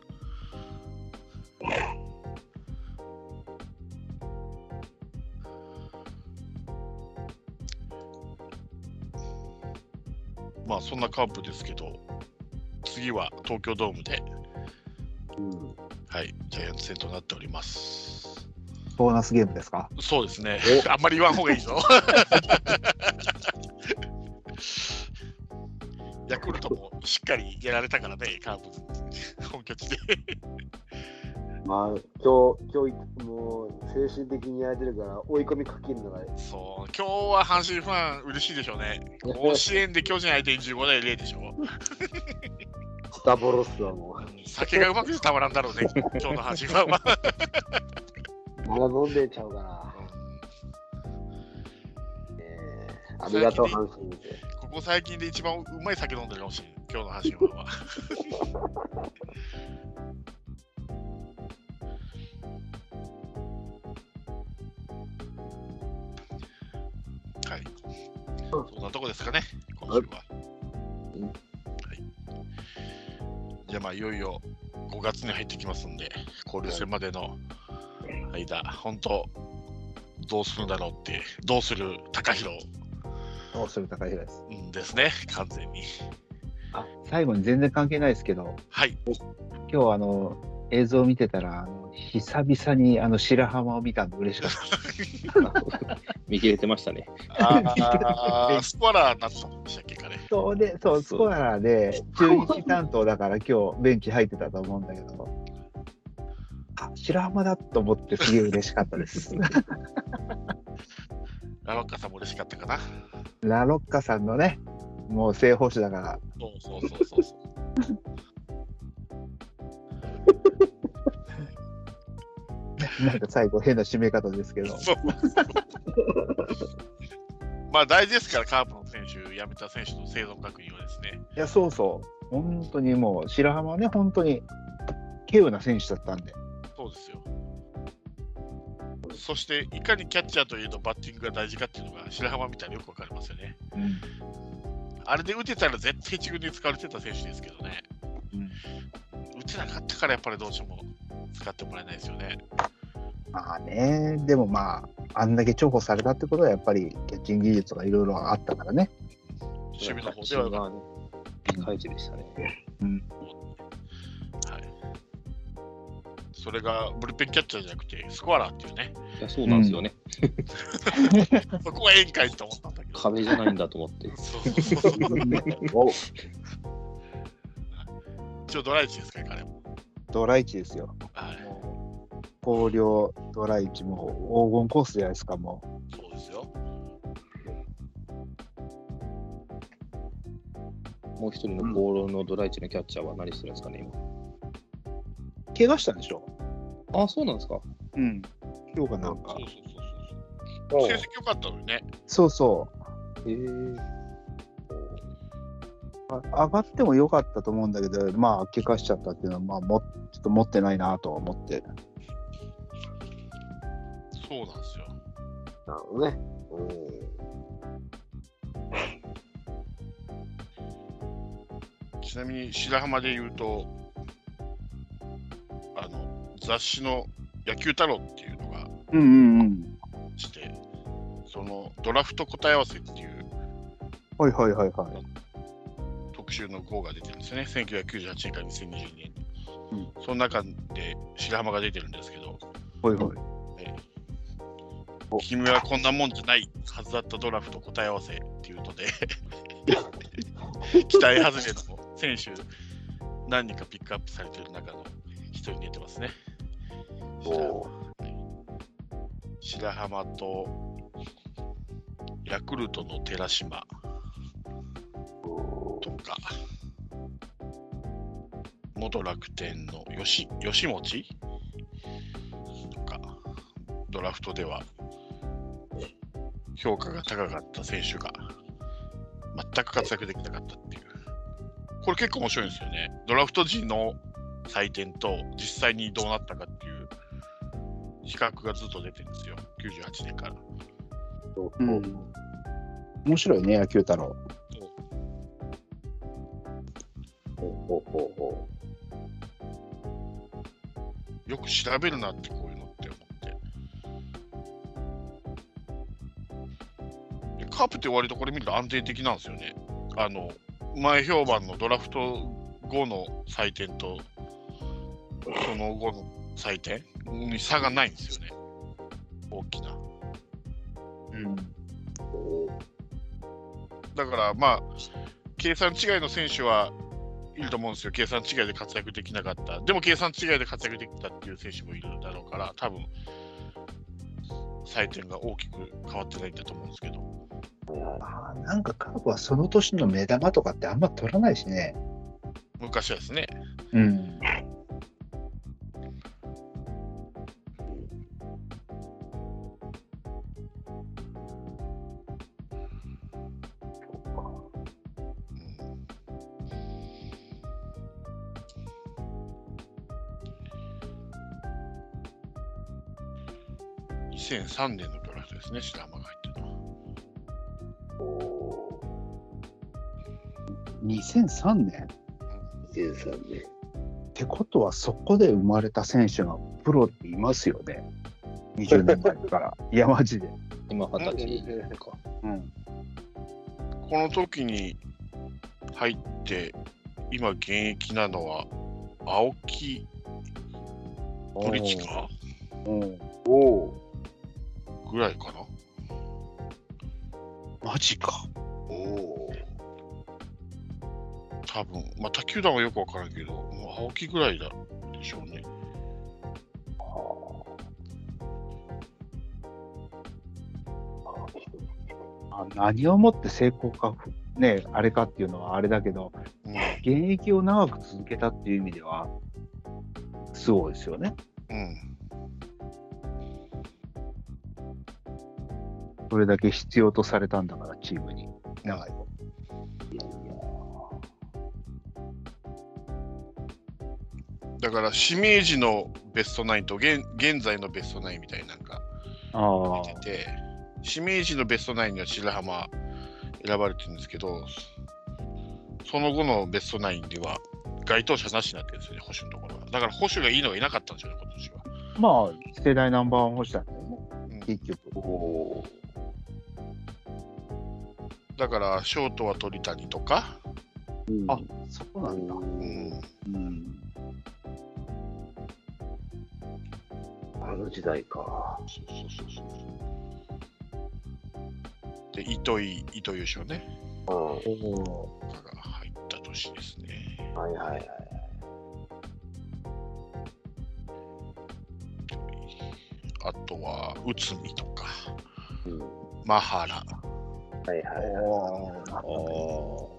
まあそんなカープですけど、次は東京ドームで、 うん、 はい、ジャイアンツ戦となっております。 ボーナスゲームですか？ そうですね。あんまり言わん方がいいぞ。ヤクルトもしっかりやられたからね、カープ本拠地で。 まあ、今日、今日もう精神的にやられてるから追い込みかけるのが。 そう、今日は阪神ファン嬉しいでしょうね。甲子園で巨人相手にじゅうごたいゼロでしょ。 スタボロスはもう。 酒がうまくてたまらんだろうね、今日の阪神ファンは。 まだ飲んでんちゃうかな。えー、ありがとう、阪神見て。 ここ最近で一番うまい酒飲んでるかもしれん、今日の阪神ファンは。はい。そんなとこですかね、今週は。はい。じゃあまあいよいよごがつに入ってきますんで、交流戦までの間、本当どうするんだろうって、どうする高弘どうする高平です。 ですね、完全に。 あ、最後に全然関係ないですけど、 はい。 今日あの映像を見てたら、あの久々にあの白浜を見たんで嬉しかった見切れてましたね。 ああ、スコアラーになったんでしたっけかね。 そうで、そう、スコアラーで中日担当だから今日ベンチ入ってたと思うんだけど、あ、白浜だと思ってすげえ嬉しかったです。 ラロッカさんも嬉しかったかな。 ラロッカさんのね、もう正捕手だから。 そうそうそうそうそう。 なんか最後変な締め方ですけど。 そうまあ大事ですから、カープの選手、辞めた選手の生存確認はですね。 いや、そうそう。本当にもう白浜はね、本当に稀有な選手だったんで。 そうですよ。そしていかにキャッチャーというとバッティングが大事かっていうのが白浜みたいによくわかりますよね。 うん、 あれで打てたら絶対一軍に使われてた選手ですけどね。うん、打てなかったからやっぱりどうしても使ってもらえないですよね。 まあね、でもまあ、あんだけ重宝されたってことはやっぱりキャッチング技術がいろいろあったからね。 守備の方ではね、ピカイチでしたね。 うん。 はい。それがブルペンキャッチャーじゃなくてスコアラーっていうね。 いや、そうなんですよね。 うん、そこは宴会と思ったんだけど。 壁じゃないんだと思って。 そうそうそう。一応ドライチですかね、彼も。 ドライチですよ。 はい。 広陵ドライチも黄金コースじゃないですか、もう。そうですよ。 もう一人の広陵のドライチのキャッチャーは何してるんですかね、今。 怪我したんでしょ？ あ、そうなんですか。 うん。今日がなんか。 そうそうそうそう。成績良かったのにね。 そうそう。 へえー。 上がっても良かったと思うんだけど、まあ、怪我しちゃったっていうのは、まあ、もちょっと持ってないなと思って。 そうなんですよ。 なるほどね。 うん、ちなみに白浜で言うと、あの雑誌の野球太郎っていうのがうんうんうん。 して、そのドラフト答え合わせっていう、 はいはいはいはい。 特集の号が出てるんですよね。せんきゅうひゃくきゅうじゅうはちねんからにせんにじゅうにねんに。 うん、 その中で白浜が出てるんですけど、 はいはい。 えー、君はこんなもんじゃないはずだったドラフト答え合わせっていうので期待外れの選手何人かピックアップされている中の一人に出てますね。白白浜とヤクルトの寺島とか、元楽天の吉吉持とか、ドラフトでは評価が高かった選手が全く活躍できなかったっていう。これ結構面白いんですよね。ドラフト時の採点と実際にどうなったかっていう比較がずっと出てるんですよ。きゅうじゅうはちねんから。 うん、面白いね、野球太郎。 よく調べるなってこういうのって思って。でカープって割とこれ見ると安定的なんですよね。あの前評判のドラフト後の採点とその後の採点に差がないんですよね。大きな。 うん。 だからまあ計算違いの選手はいると思うんですよ。計算違いで活躍できなかった。でも計算違いで活躍できたっていう選手もいるだろうから、多分採点が大きく変わってないんだと思うんですけど。 あ、なんかカープはその年の目玉とかってあんま取らないしね。 昔はですね。 うん。 にせんさんねんのドラフトですね、白浜が入ってるのは。 にせんさんねん？ にせんさんねん。 ってことはそこで生まれた選手がプロっていますよね。にじゅうねんまえから。いやマジで。 今二十歳か。 うん。 この時に入って今現役なのは青木プリチカおぐらいかな。 マジか。 おお。多分まあ他球団はよくわからんけど、もう青木ぐらいだでしょうね。 あ、何をもって成功かね、あれかっていうのはあれだけど、うん、現役を長く続けたっていう意味ではすごいですよね。 うん。 それだけ必要とされたんだからチームに長い。いやいや。 だから指名時のベストナインと 現, 現在のベストナインみたいなのが出てて、指名時のベストナインには白浜選ばれてるんですけど、その後のベストナインでは該当者なしになってるんですよね、保守のところは。だから保守がいいのがいなかったんですよね、今年は。 まあ、世代ナンバーワン保守だったよね、うん、結局。 おだからショートは鳥谷とか、 うん、あ、そうなんだ。 うんうん、 あの時代か。 そうそうそうそう。で、糸井、糸井優勝ね。 うん。 が入った年ですね。 はいはいはい。 あとは内海とか、 うん、 マハラ。 はいはいはい。お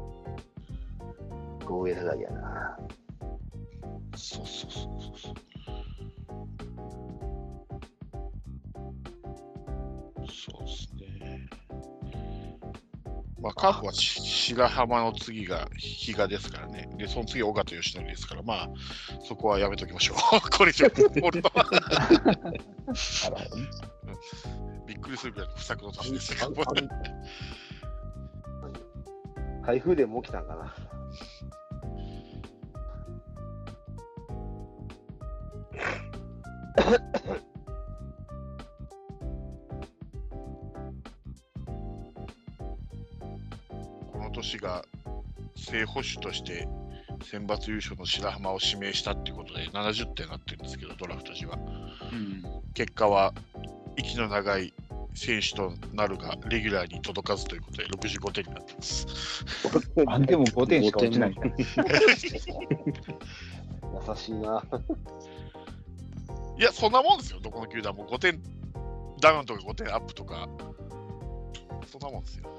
ー。ゴーエスだけやな。 そうそうそうそう。 そうですね。まあ、カープは白浜の次が比嘉ですからね。で、その次、尾形義則ですから、まあ、そこはやめときましょう。これ以上、俺はびっくりするぐらいの不作の年ですよ。 台風でも起きたんかな。 この年が正捕手として選抜優勝の白浜を指名したっていうことでななじゅってんになってるんですけど、ドラフト時は、うん、結果は息の長い選手となるがレギュラーに届かずということでろくじゅうごてんになってます。 あ、でもごてんしか落ちないんだ。優しいな。 いや、そんなもんですよ、どこの球団もごてんダウンとかごてんアップとか、そんなもんですよ。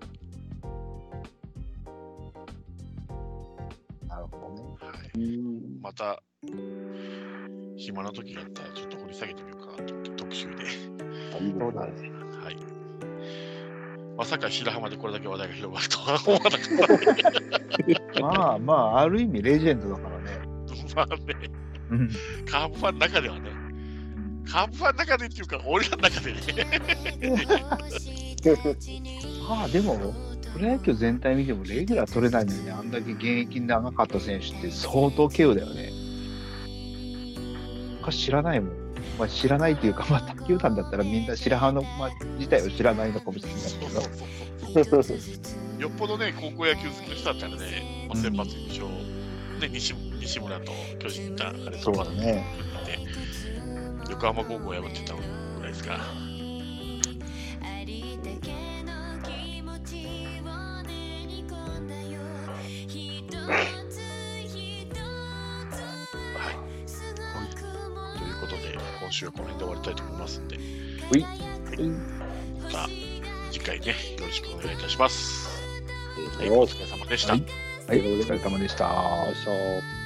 なるほどね。 はい、また、暇な時があったら、ちょっと掘り下げてみようかなと思って、特集で。 そうなんですね。 はい。まさか白浜でこれだけ話題が広がるとは思わなかった。 まあまあ、ある意味レジェンドだからね。 まあね。カープファンの中ではね、カープファンの中でっていうか、俺らの中でね。 まあでも、プロ野球全体見てもレギュラー取れないのに、ね、あんだけ現役長かった選手って相当稀有だよね。昔知らないもん。まあ、知らないっていうか、まあ、他球団だったらみんな白浜の、まあ、自体を知らないのかもしれないけど。 よっぽどね、高校野球好きの人だったらね、まあ、選抜優勝、うん、ね、西, 西村と巨人だったあれとかね、横浜高校を破ってたぐらいですから。今週はこの辺で終わりたいと思いますんで、はい、また次回ね、よろしくお願いいたします。はい、お疲れ様でした。 はい、はい、お疲れ様でした。